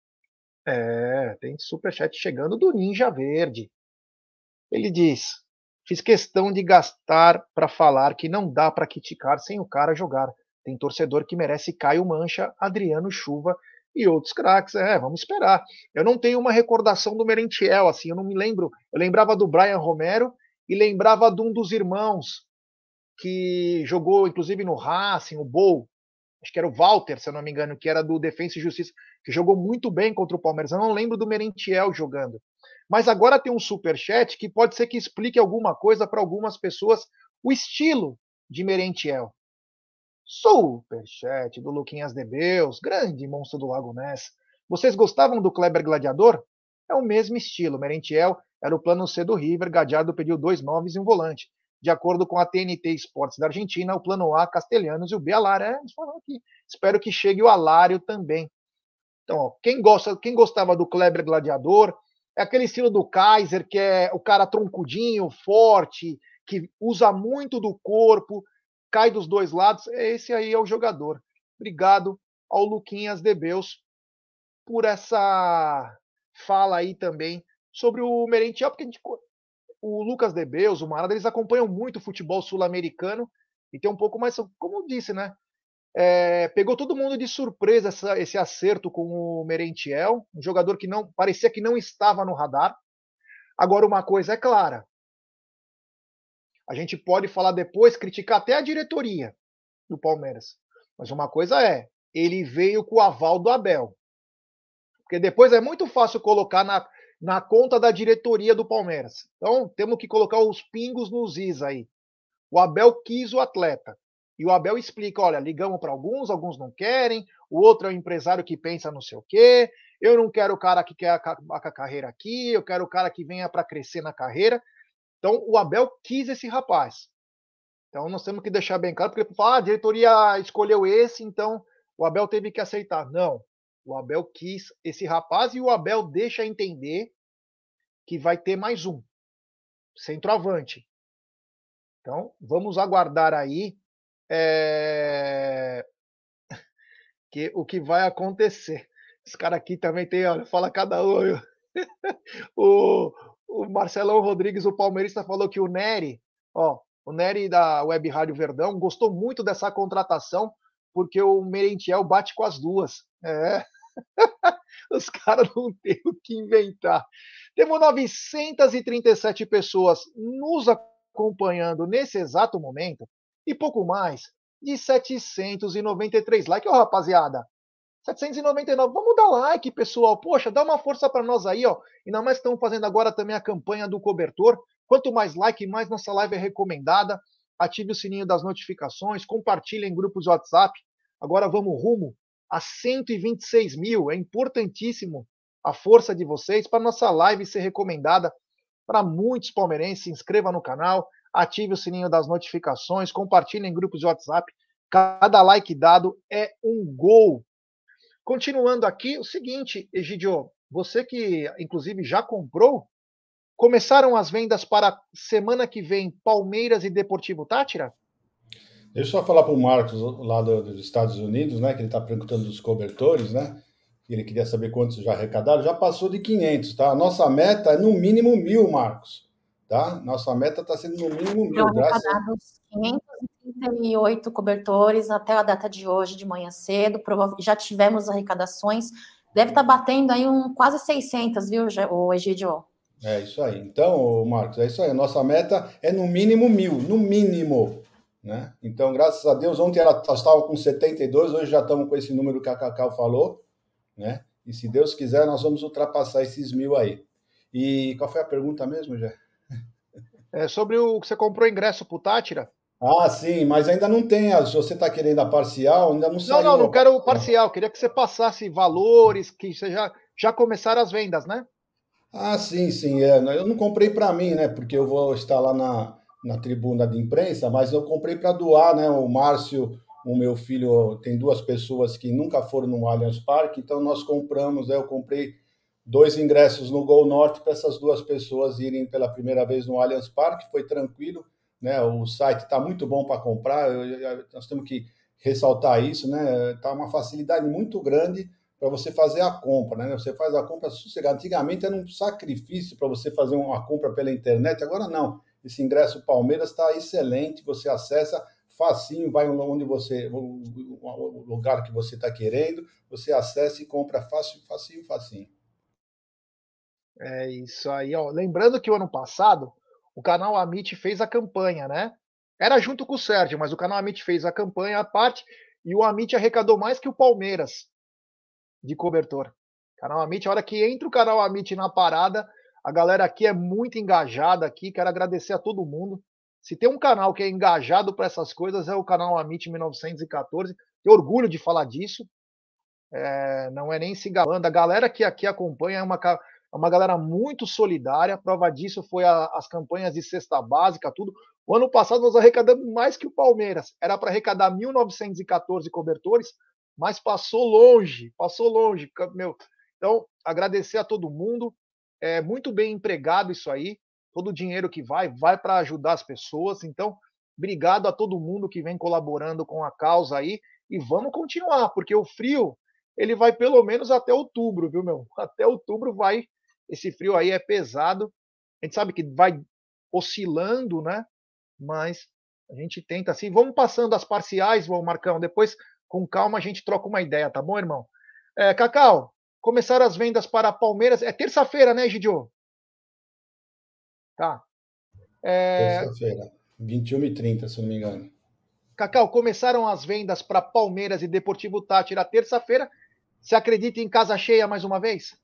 É, tem superchat chegando do Ninja Verde. Ele diz: fiz questão de gastar para falar que não dá para criticar sem o cara jogar. Tem torcedor que merece Caio Mancha, Adriano Chuva e outros craques. É, vamos esperar. Eu não tenho uma recordação do Merentiel, assim, eu não me lembro. Eu lembrava do Brian Romero e lembrava de um dos irmãos que jogou, inclusive, no Racing, o Bol. Acho que era o Walter, se eu não me engano, que era do Defensa e Justiça, que jogou muito bem contra o Palmeiras. Eu não lembro do Merentiel jogando. Mas agora tem um superchat que pode ser que explique alguma coisa para algumas pessoas, o estilo de Merentiel. Superchat do Luquinhas de Beus, grande monstro do Lago Ness. Vocês gostavam do Kleber Gladiador? É o mesmo estilo. Merentiel era o plano C do River, Gadiardo pediu dois noves e um volante. De acordo com a T N T Esportes da Argentina, o plano A, Castelhanos e o B, Alário. É, aqui. Espero que chegue o Alário também. Então, ó, quem, gosta, quem gostava do Kleber Gladiador, é aquele estilo do Kaiser, que é o cara troncudinho, forte, que usa muito do corpo, cai dos dois lados. Esse aí é o jogador. Obrigado ao Luquinhas de Beus por essa fala aí também sobre o Merentiel, porque a gente, o Lucas de Beus, o Marada, eles acompanham muito o futebol sul-americano e tem um pouco mais, como eu disse, né? É, pegou todo mundo de surpresa essa, esse acerto com o Merentiel, um jogador que não parecia que não estava no radar. Agora, uma coisa é clara: a gente pode falar depois, criticar até a diretoria do Palmeiras, mas uma coisa é, ele veio com o aval do Abel, porque depois é muito fácil colocar na, na conta da diretoria do Palmeiras. Então, temos que colocar os pingos nos is aí. O Abel quis o atleta. E o Abel explica, olha, ligamos para alguns, alguns não querem, o outro é um empresário que pensa não sei o quê, eu não quero o cara que quer acabar com a carreira aqui, eu quero o cara que venha para crescer na carreira. Então, o Abel quis esse rapaz. Então, nós temos que deixar bem claro, porque ah, a diretoria escolheu esse, então o Abel teve que aceitar. Não, o Abel quis esse rapaz e o Abel deixa entender que vai ter mais um, centroavante. Então, vamos aguardar aí É... que, o que vai acontecer. Esse cara aqui também tem, olha, fala cada um. o, o Marcelão Rodrigues, o palmeirista, falou que o Nery, ó, o Nery da Web Rádio Verdão, gostou muito dessa contratação, porque o Merentiel bate com as duas. É. Os caras não têm o que inventar. Temos novecentas e trinta e sete pessoas nos acompanhando acompanhando nesse exato momento e pouco mais de setecentos e noventa e três likes. Ô, rapaziada, setecentos e noventa e nove. Vamos dar like, pessoal. Poxa, dá uma força para nós aí, ó. Ainda mais estamos fazendo agora também a campanha do cobertor. Quanto mais like, mais nossa live é recomendada. Ative o sininho das notificações, compartilhe em grupos de WhatsApp. Agora vamos rumo a cento e vinte e seis mil. É importantíssimo a força de vocês para nossa live ser recomendada para muitos palmeirenses. Se inscreva no canal, ative o sininho das notificações, compartilhe em grupos de WhatsApp. Cada like dado é um gol. Continuando aqui, o seguinte, Egidio, você que inclusive já comprou, começaram as vendas para semana que vem Palmeiras e Deportivo Táchira? Deixa eu só falar para o Marcos, lá do, dos Estados Unidos, né, que ele está perguntando dos cobertores, né, ele queria saber quantos já arrecadaram, já passou de quinhentos, tá? A nossa meta é no mínimo mil, Marcos, tá? Nossa meta está sendo no mínimo mil. Foram arrecadados quinhentos e trinta e oito cobertores até a data de hoje, de manhã cedo, já tivemos arrecadações, deve estar batendo aí um quase seiscentos, viu, o Egidio? É isso aí. Então, Marcos, é isso aí. A nossa meta é no mínimo mil, no mínimo. Né? Então, graças a Deus, ontem ela estava com setenta e dois, hoje já estamos com esse número que a Cacau falou, né? E se Deus quiser, nós vamos ultrapassar esses mil aí. E qual foi a pergunta mesmo, Jé? É sobre o que você comprou ingresso para o Táchira? Ah, sim, mas ainda não tem. Se você está querendo a parcial, ainda não, não saiu. Não, não, não quero o parcial. Queria que você passasse valores, que você já, já começaram as vendas, né? Ah, sim, sim. É. Eu não comprei para mim, né? Porque eu vou estar lá na, na tribuna de imprensa, mas eu comprei para doar, né? O Márcio, o meu filho, tem duas pessoas que nunca foram no Allianz Parque, então nós compramos, né? Eu comprei dois ingressos no Gol Norte para essas duas pessoas irem pela primeira vez no Allianz Parque, foi tranquilo, né? O site está muito bom para comprar, eu, eu, nós temos que ressaltar isso, né? Está uma facilidade muito grande para você fazer a compra, né? Você faz a compra sossegada. Antigamente era um sacrifício para você fazer uma compra pela internet, agora não. Esse ingresso Palmeiras está excelente, você acessa facinho, vai onde você, o lugar que você está querendo, você acessa e compra fácil, facinho, facinho. É isso aí, ó. Lembrando que o ano passado o canal Amit fez a campanha, né? Era junto com o Sérgio, mas o canal Amit fez a campanha à parte e o Amit arrecadou mais que o Palmeiras de cobertor. Canal Amit, a hora que entra o canal Amit na parada, a galera aqui é muito engajada aqui, quero agradecer a todo mundo. Se tem um canal que é engajado para essas coisas, é o canal Amit mil novecentos e quatorze. Tenho orgulho de falar disso. É, não é nem se gabando. A galera que aqui acompanha é uma, é uma galera muito solidária. Prova disso foi a, as campanhas de cesta básica, tudo. O ano passado nós arrecadamos mais que o Palmeiras. Era para arrecadar mil novecentos e quatorze cobertores, mas passou longe, passou longe, meu. Então, agradecer a todo mundo, é muito bem empregado isso aí, todo o dinheiro que vai, vai para ajudar as pessoas, então, obrigado a todo mundo que vem colaborando com a causa aí, e vamos continuar, porque o frio, ele vai pelo menos até outubro, viu, meu? Até outubro vai, esse frio aí é pesado, a gente sabe que vai oscilando, né, mas a gente tenta assim, vamos passando as parciais, vamos, Marcão, depois com calma a gente troca uma ideia, tá bom, irmão? É, Cacau, começaram as vendas para Palmeiras. É terça-feira, né, Gidio? Tá. É... Terça-feira, vinte e uma e trinta, se não me engano. Cacau, começaram as vendas para Palmeiras e Deportivo Táchira terça-feira. Você acredita em casa cheia mais uma vez?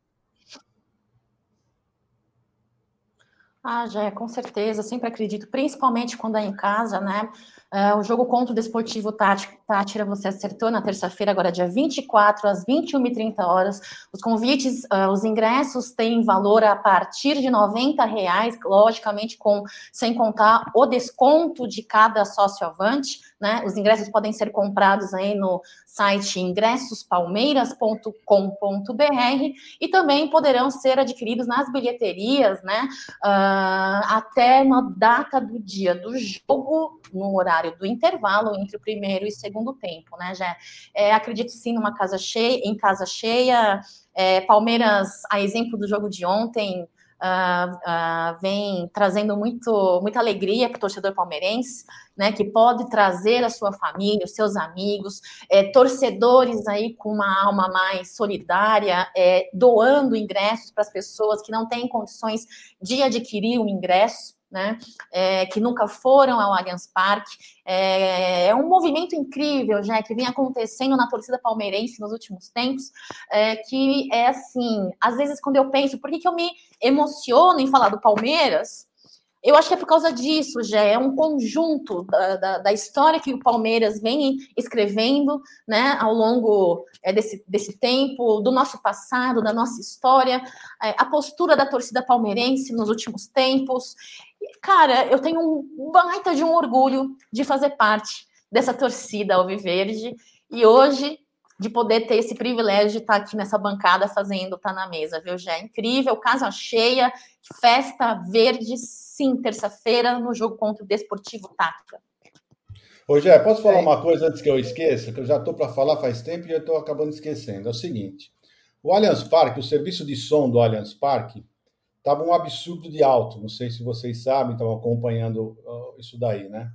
Ah, já, com certeza, sempre acredito, principalmente quando é em casa, né? Uh, o jogo contra o Desportivo Táchira, você acertou na terça-feira, agora dia vinte e quatro, às vinte e uma e trinta horas. Os convites, uh, os ingressos têm valor a partir de noventa reais, logicamente, com, sem contar o desconto de cada sócio avante, né? Os ingressos podem ser comprados aí no site ingressos palmeiras ponto com ponto b r e também poderão ser adquiridos nas bilheterias, né? Uh, até na data do dia do jogo, no horário do intervalo entre o primeiro e segundo tempo, né, já é, acredito sim numa casa cheia, em casa cheia, é, Palmeiras, a exemplo do jogo de ontem, uh, uh, vem trazendo muito, muita alegria para o torcedor palmeirense, né, que pode trazer a sua família, os seus amigos, é, torcedores aí com uma alma mais solidária, é, doando ingressos para as pessoas que não têm condições de adquirir um ingresso, né, é, que nunca foram ao Allianz Parque. É, é um movimento incrível, já que vem acontecendo na torcida palmeirense nos últimos tempos, é, que é assim, às vezes quando eu penso, por que, que eu me emociono em falar do Palmeiras? Eu acho que é por causa disso, já é um conjunto da, da, da história que o Palmeiras vem escrevendo, né, ao longo é, desse, desse tempo, do nosso passado, da nossa história, é, a postura da torcida palmeirense nos últimos tempos. E, cara, eu tenho um baita de um orgulho de fazer parte dessa torcida alviverde e hoje de poder ter esse privilégio de estar aqui nessa bancada fazendo Tá na Mesa, viu, já é incrível, casa cheia, festa verde, sim, terça-feira, no jogo contra o Desportivo Táchira. Ô, Gé, posso falar é. uma coisa antes que eu esqueça? Que eu já estou para falar faz tempo e eu estou acabando esquecendo. É o seguinte, o Allianz Parque, o serviço de som do Allianz Parque, estava um absurdo de alto, não sei se vocês sabem, estão acompanhando uh, isso daí, né?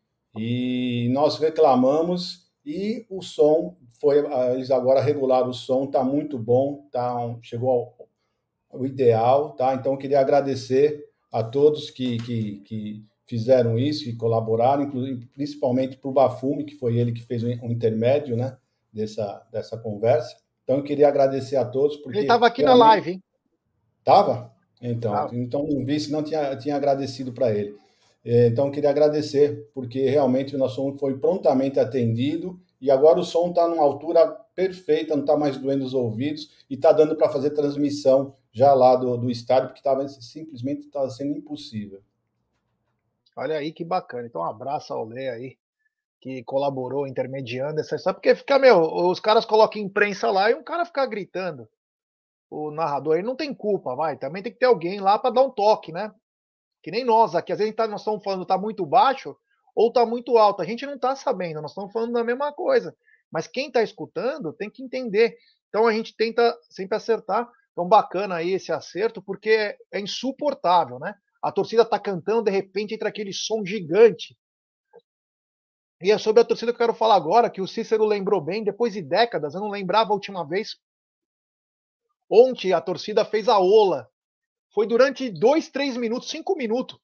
E nós reclamamos e o som foi, eles agora regularam o som, está muito bom, tá um, chegou ao, ao ideal, tá? Então eu queria agradecer a todos que, que, que fizeram isso, que colaboraram, inclusive, principalmente para o Bafume, que foi ele que fez um intermédio, né, dessa, dessa conversa. Então eu queria agradecer a todos. Porque ele estava aqui realmente... na live, hein? Estava? Então, ah. então não vi, senão tinha, tinha agradecido para ele. Então eu queria agradecer, porque realmente o nosso som foi prontamente atendido e agora o som está numa altura perfeita, não está mais doendo os ouvidos e está dando para fazer transmissão já lá do, do estádio, porque tava, simplesmente estava sendo impossível. Olha aí que bacana. Então um abraço ao Lê aí, que colaborou intermediando essa história, porque fica, meu, os caras colocam imprensa lá e um cara fica gritando. O narrador aí não tem culpa, vai. Também tem que ter alguém lá para dar um toque, né? Que nem nós aqui. Às vezes tá, nós estamos falando tá muito baixo ou tá muito alto. A gente não tá sabendo, nós estamos falando da mesma coisa. Mas quem tá escutando tem que entender. Então a gente tenta sempre acertar. Então bacana aí esse acerto, porque é insuportável, né? A torcida tá cantando, de repente entra aquele som gigante. E é sobre a torcida que eu quero falar agora, que o Cícero lembrou bem, depois de décadas, eu não lembrava a última vez. Ontem a torcida fez a ola. Foi durante dois, três minutos, cinco minutos.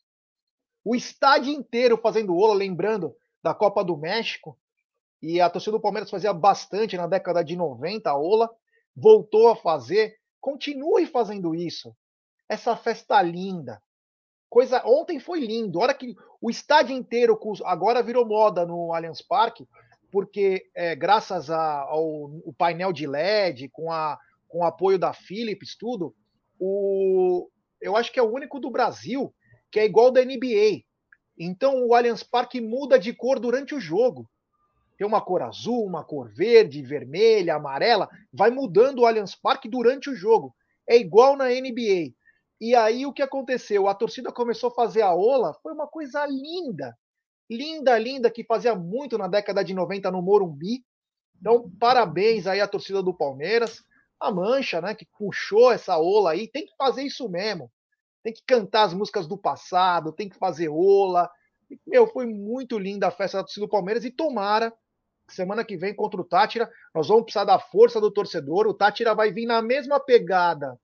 O estádio inteiro fazendo ola, lembrando da Copa do México. E a torcida do Palmeiras fazia bastante na década de noventa, a ola. Voltou a fazer. Continue fazendo isso. Essa festa linda. Coisa, ontem foi lindo. A hora que o estádio inteiro agora virou moda no Allianz Parque, porque é, graças a, ao o painel de L E D, com, a, com o apoio da Philips, tudo, o, eu acho que é o único do Brasil que é igual da N B A. Então o Allianz Parque muda de cor durante o jogo. Tem uma cor azul, uma cor verde, vermelha, amarela. Vai mudando o Allianz Parque durante o jogo. É igual na N B A. E aí o que aconteceu? A torcida começou a fazer a ola. Foi uma coisa linda. Linda, linda, que fazia muito na década de noventa no Morumbi. Então, parabéns aí à torcida do Palmeiras. A Mancha, né, que puxou essa ola aí, tem que fazer isso mesmo. Tem que cantar as músicas do passado, tem que fazer ola. Meu, foi muito linda a festa da torcida do Palmeiras e tomara, semana que vem contra o Táchira, nós vamos precisar da força do torcedor. O Táchira vai vir na mesma pegada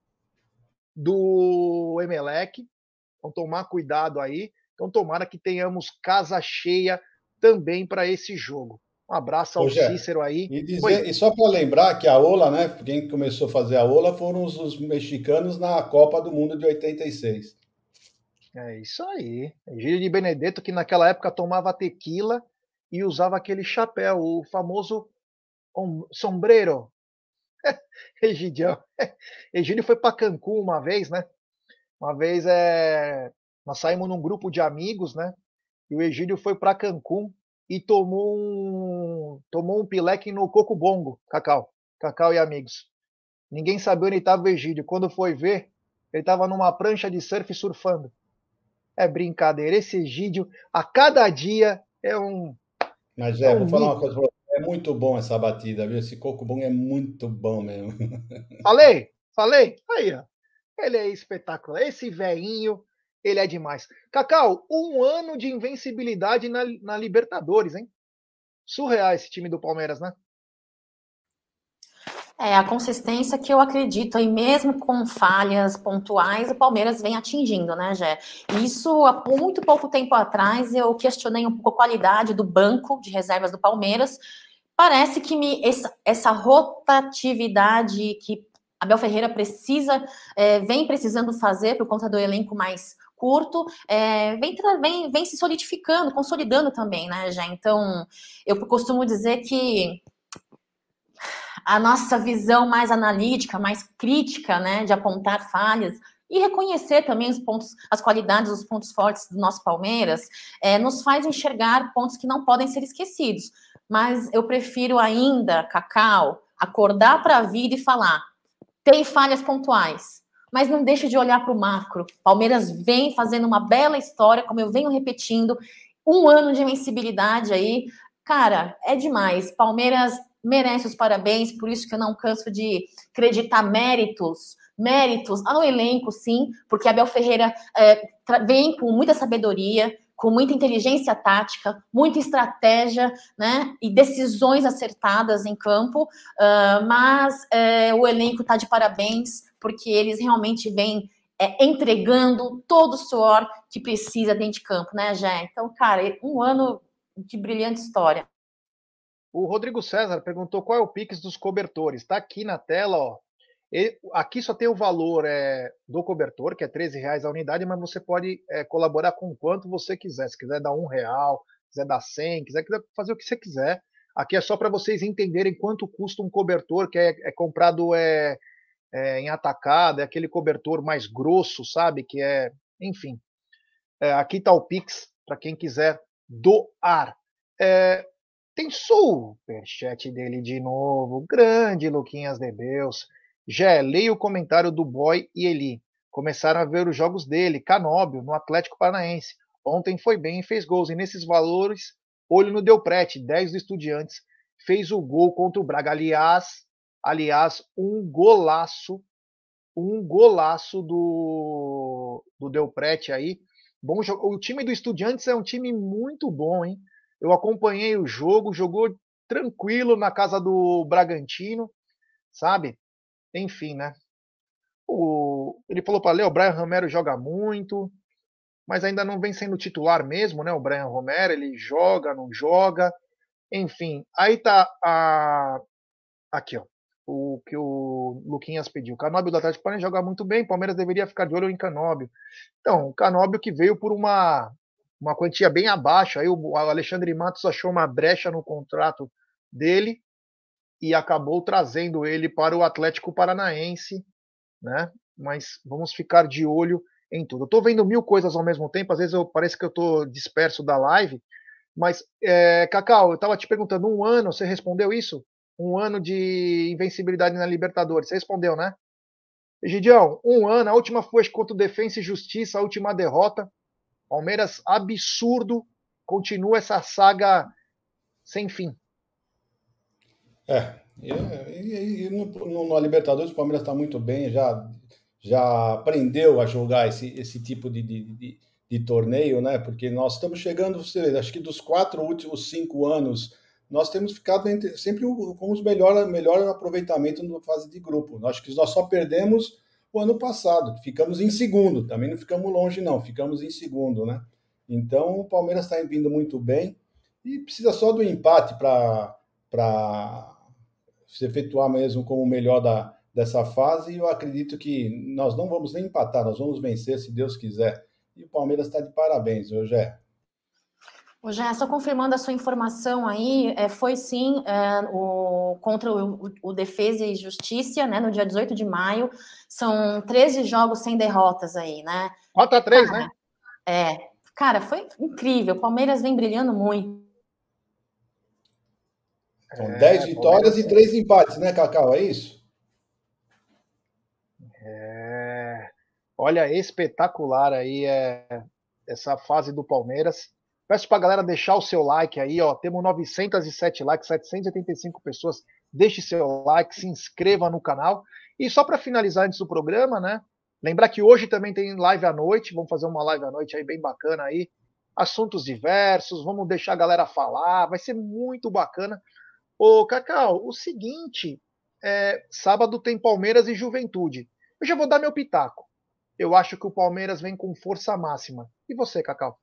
do Emelec. Então tomar cuidado aí. Então tomara que tenhamos casa cheia também para esse jogo. Um abraço ao Ô, Cícero aí. E, dizer, e só para lembrar que a ola, né? Quem começou a fazer a ola foram os, os mexicanos na Copa do Mundo de oitenta e seis. É isso aí. Egídio de Benedetto, que naquela época tomava tequila e usava aquele chapéu, o famoso sombreiro. Egidião. Egídio foi para Cancún uma vez, né? Uma vez é... nós saímos num grupo de amigos, né? E o Egídio foi para Cancún e tomou um, tomou um pileque no Coco Bongo, Cacau. Cacau e amigos. Ninguém sabia onde estava o Egídio. Quando foi ver, ele estava numa prancha de surf surfando. É brincadeira. Esse Egídio, a cada dia, é um... Mas, é, é um vou falar uma coisa pra você. É muito bom essa batida, viu? Esse Coco Bongo é muito bom mesmo. Falei? Falei? Aí, ó. Ele é espetacular. Esse velhinho... Ele é demais. Cacau, um ano de invencibilidade na, na Libertadores, hein? Surreal esse time do Palmeiras, né? É a consistência que eu acredito, e mesmo com falhas pontuais, o Palmeiras vem atingindo, né, Gé? Isso, há muito pouco tempo atrás, eu questionei um pouco a qualidade do banco de reservas do Palmeiras. Parece que me, essa, essa rotatividade que Abel Ferreira precisa, é, vem precisando fazer por conta do elenco mais curto, é, vem, vem, vem se solidificando, consolidando também, né, Gé? Então, eu costumo dizer que a nossa visão mais analítica, mais crítica, né, de apontar falhas e reconhecer também os pontos, as qualidades, os pontos fortes do nosso Palmeiras, é, nos faz enxergar pontos que não podem ser esquecidos. Mas eu prefiro ainda, Cacau, acordar para a vida e falar, tem falhas pontuais, mas não deixa de olhar para o macro. Palmeiras vem fazendo uma bela história, como eu venho repetindo, um ano de invencibilidade aí, cara, é demais. Palmeiras merece os parabéns, por isso que eu não canso de acreditar méritos, méritos ao elenco, sim, porque Abel Ferreira é, vem com muita sabedoria, com muita inteligência tática, muita estratégia, né, e decisões acertadas em campo, uh, mas é, o elenco está de parabéns, porque eles realmente vêm é, entregando todo o suor que precisa dentro de campo, né, Jé? Então, cara, um ano de brilhante história. O Rodrigo César perguntou qual é o Pix dos cobertores. Está aqui na tela, ó. E, aqui só tem o valor é, do cobertor, que é treze reais a unidade, mas você pode é, colaborar com quanto você quiser. Se quiser dar um real, quiser dar cem, quiser, quiser fazer o que você quiser. Aqui é só para vocês entenderem quanto custa um cobertor que é, é comprado é, é, em atacado, é aquele cobertor mais grosso, sabe? Que é, enfim. É, aqui está o Pix para quem quiser doar. É, tem superchat dele de novo. Grande Luquinhas Debeus. Já leia o comentário do Boy e Eli. Começaram a ver os jogos dele, Canóbio, no Atlético Paranaense. Ontem foi bem e fez gols. E nesses valores, olho no Delprete, dez do Estudiantes. Fez o gol contra o Braga. Aliás, aliás, um golaço. Um golaço do, do Delprete aí. Bom, o time do Estudiantes é um time muito bom, hein? Eu acompanhei o jogo, jogou tranquilo na casa do Bragantino, sabe? Enfim, né? O, ele falou para ler, o Brian Romero joga muito, mas ainda não vem sendo titular mesmo, né? O Brian Romero, ele joga, não joga. Enfim, aí tá a... Aqui, ó. O que o Luquinhas pediu. Canóbio do Atlético Paranaense joga muito bem, Palmeiras deveria ficar de olho em Canóbio. Então, o Canóbio que veio por uma uma quantia bem abaixo. Aí o Alexandre Matos achou uma brecha no contrato dele e acabou trazendo ele para o Atlético Paranaense, né? Mas vamos ficar de olho em tudo. Eu tô vendo mil coisas ao mesmo tempo, às vezes eu parece que eu tô disperso da live, mas, é, Cacau, eu tava te perguntando, um ano, você respondeu isso? Um ano de invencibilidade na Libertadores, você respondeu, né? Egidião, um ano, a última foi contra o Defensa e Justiça, a última derrota, Palmeiras absurdo, continua essa saga sem fim. É, e, e, e no, no, no Libertadores o Palmeiras está muito bem, já, já aprendeu a jogar esse, esse tipo de, de, de, de torneio, né? Porque nós estamos chegando, acho que dos quatro últimos cinco anos, nós temos ficado entre, sempre com os melhor, melhor aproveitamento na fase de grupo. Acho que nós só perdemos o ano passado, ficamos em segundo, também não ficamos longe não, ficamos em segundo, né? Então o Palmeiras está vindo muito bem e precisa só do empate para para se efetuar mesmo como o melhor da, dessa fase, e eu acredito que nós não vamos nem empatar, nós vamos vencer se Deus quiser. E o Palmeiras está de parabéns, hoje é. Ô, Jé, só confirmando a sua informação aí, é, foi sim é, o, contra o, o Defesa e Justiça, né, no dia dezoito de maio, são treze jogos sem derrotas aí, né? quatro a três, né? É, cara, foi incrível, o Palmeiras vem brilhando muito. São é, dez vitórias e três empates, né, Cacau, é isso? É, olha, espetacular aí é, essa fase do Palmeiras. Peço para a galera deixar o seu like aí, ó. Temos novecentos e sete likes, setecentas e oitenta e cinco pessoas. Deixe seu like, se inscreva no canal. E só para finalizar antes do programa, né? Lembrar que hoje também tem live à noite. Vamos fazer uma live à noite aí bem bacana aí. Assuntos diversos, vamos deixar a galera falar. Vai ser muito bacana. Ô, Cacau, o seguinte, é, sábado tem Palmeiras e Juventude. Eu já vou dar meu pitaco. Eu acho que o Palmeiras vem com força máxima. E você, Cacau?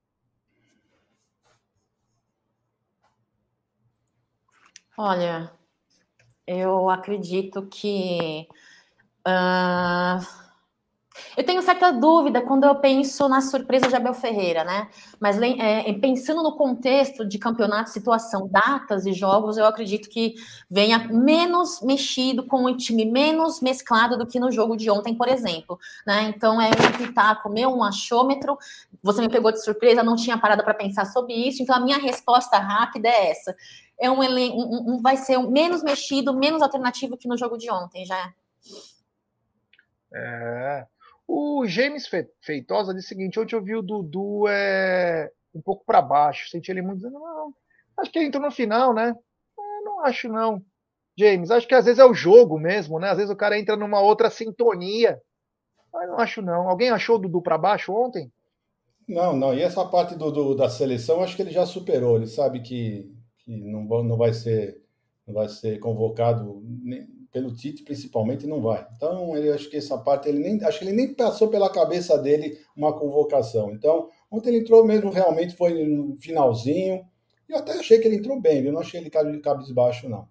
Olha, eu acredito que... Uh, eu tenho certa dúvida quando eu penso na surpresa de Abel Ferreira, né? Mas é, pensando no contexto de campeonato, situação, datas e jogos, eu acredito que venha menos mexido com o time, menos mesclado do que no jogo de ontem, por exemplo. Né? Então é um pitaco meu, um achômetro. Você me pegou de surpresa, não tinha parado para pensar sobre isso. Então a minha resposta rápida é essa. É um, um, um vai ser um, menos mexido, menos alternativo que no jogo de ontem, já. É. O James Feitosa disse o seguinte: ontem eu vi o Dudu é, um pouco para baixo, senti ele muito. Não, acho que ele entrou no final, né? Eu não acho, não. James, acho que às vezes é o jogo mesmo, né? Às vezes o cara entra numa outra sintonia. Mas não acho, não. Alguém achou o Dudu para baixo ontem? Não, não. E essa parte do, do, da seleção, acho que ele já superou. Ele sabe que, que não, não, vai ser, não vai ser convocado. Nem, pelo Tite, principalmente, não vai. Então, ele acho que essa parte, ele nem, acho que ele nem passou pela cabeça dele uma convocação. Então, ontem ele entrou mesmo, realmente foi no finalzinho. E eu até achei que ele entrou bem, eu não achei ele cabisbaixo, não.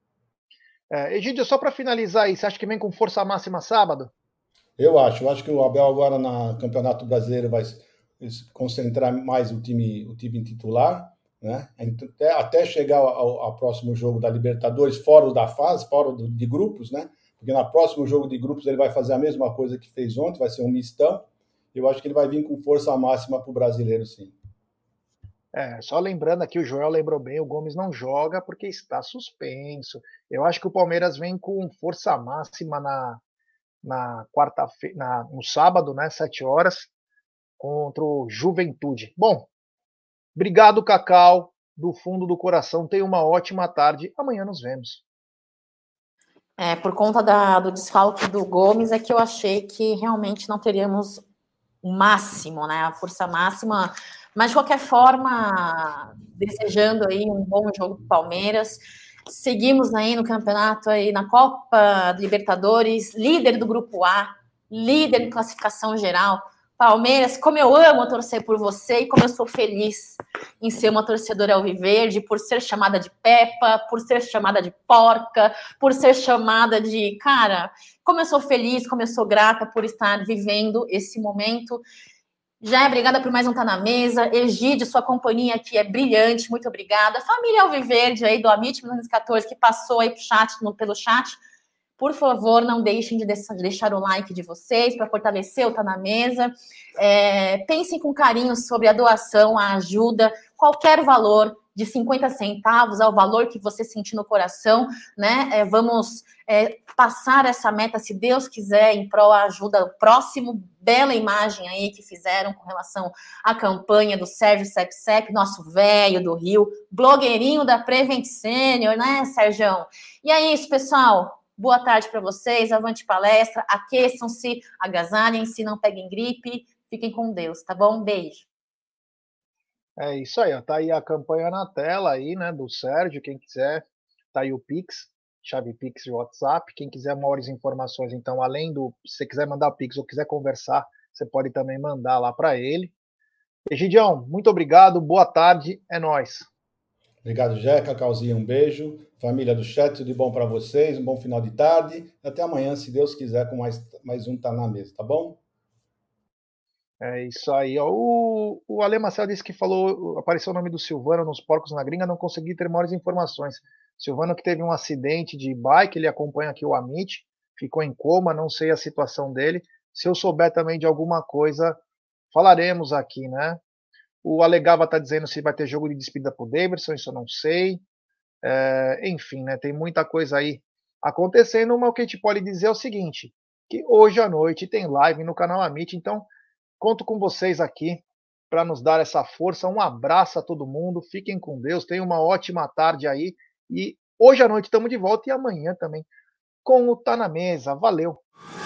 É, Egídio, só para finalizar aí, você acha que vem com força máxima sábado? Eu acho, eu acho que o Abel agora no Campeonato Brasileiro vai se concentrar mais o time, o time titular, né? Até, até chegar ao, ao próximo jogo da Libertadores, fora da fase, fora do, de grupos, né? Porque no próximo jogo de grupos ele vai fazer a mesma coisa que fez ontem, vai ser um mistão. Eu acho que ele vai vir com força máxima para o brasileiro, sim. É, só lembrando aqui, o Joel lembrou bem, o Gomes não joga porque está suspenso. Eu acho que o Palmeiras vem com força máxima na, na quarta-feira, no sábado, né, sete horas, contra o Juventude. Bom, obrigado, Cacau, do fundo do coração. Tenha uma ótima tarde. Amanhã nos vemos. É, por conta da, do desfalque do Gomes, é que eu achei que realmente não teríamos o máximo, né? A força máxima. Mas, de qualquer forma, desejando aí um bom jogo para o Palmeiras. Seguimos aí no campeonato, aí na Copa Libertadores, líder do Grupo A, líder de classificação geral. Palmeiras, como eu amo torcer por você e como eu sou feliz em ser uma torcedora alviverde, por ser chamada de Peppa, por ser chamada de porca, por ser chamada de... Cara, como eu sou feliz, como eu sou grata por estar vivendo esse momento. Já é obrigada por mais um Tá Na Mesa. Egídio, sua companhia aqui é brilhante, muito obrigada. Família alviverde aí do Amit mil novecentos e quatorze, que passou aí pro chat, no, pelo chat. Por favor, não deixem de deixar o like de vocês para fortalecer o Tá Na Mesa. É, pensem com carinho sobre a doação, a ajuda, qualquer valor, de cinquenta centavos ao valor que você sentir no coração, né? É, vamos é, passar essa meta, se Deus quiser, em prol da ajuda ao próximo. Bela imagem aí que fizeram com relação à campanha do Sérgio Sepsep, nosso velho do Rio, blogueirinho da Prevent Senior, né, Sérgio? E é isso, pessoal. Boa tarde para vocês, avante palestra, aqueçam-se, agasalhem-se, não peguem gripe, fiquem com Deus, tá bom? Beijo. É isso aí, ó, tá aí a campanha na tela aí, né, do Sérgio, quem quiser, tá aí o Pix, chave Pix de WhatsApp, quem quiser maiores informações, então, além do, se você quiser mandar o Pix ou quiser conversar, você pode também mandar lá para ele. Egidião, muito obrigado, boa tarde, é nóis. Obrigado, Jé, Cacauzinho, um beijo. Família do chat, tudo de bom para vocês, um bom final de tarde. Até amanhã, se Deus quiser, com mais, mais um Tá Na Mesa, tá bom? É isso aí. Ó. O, o Ale Marcel disse que falou, apareceu o nome do Silvano nos Porcos na Gringa, não consegui ter maiores informações. Silvano que teve um acidente de bike, ele acompanha aqui o Amit, ficou em coma, não sei a situação dele. Se eu souber também de alguma coisa, falaremos aqui, né? O Alegava está dizendo se vai ter jogo de despedida pro Davidson, isso eu não sei. É, enfim, né? Tem muita coisa aí acontecendo, mas o que a gente pode dizer é o seguinte, que hoje à noite tem live no canal Amit, então conto com vocês aqui para nos dar essa força. Um abraço a todo mundo. Fiquem com Deus. Tenham uma ótima tarde aí. E hoje à noite estamos de volta e amanhã também com o Tá Na Mesa. Valeu!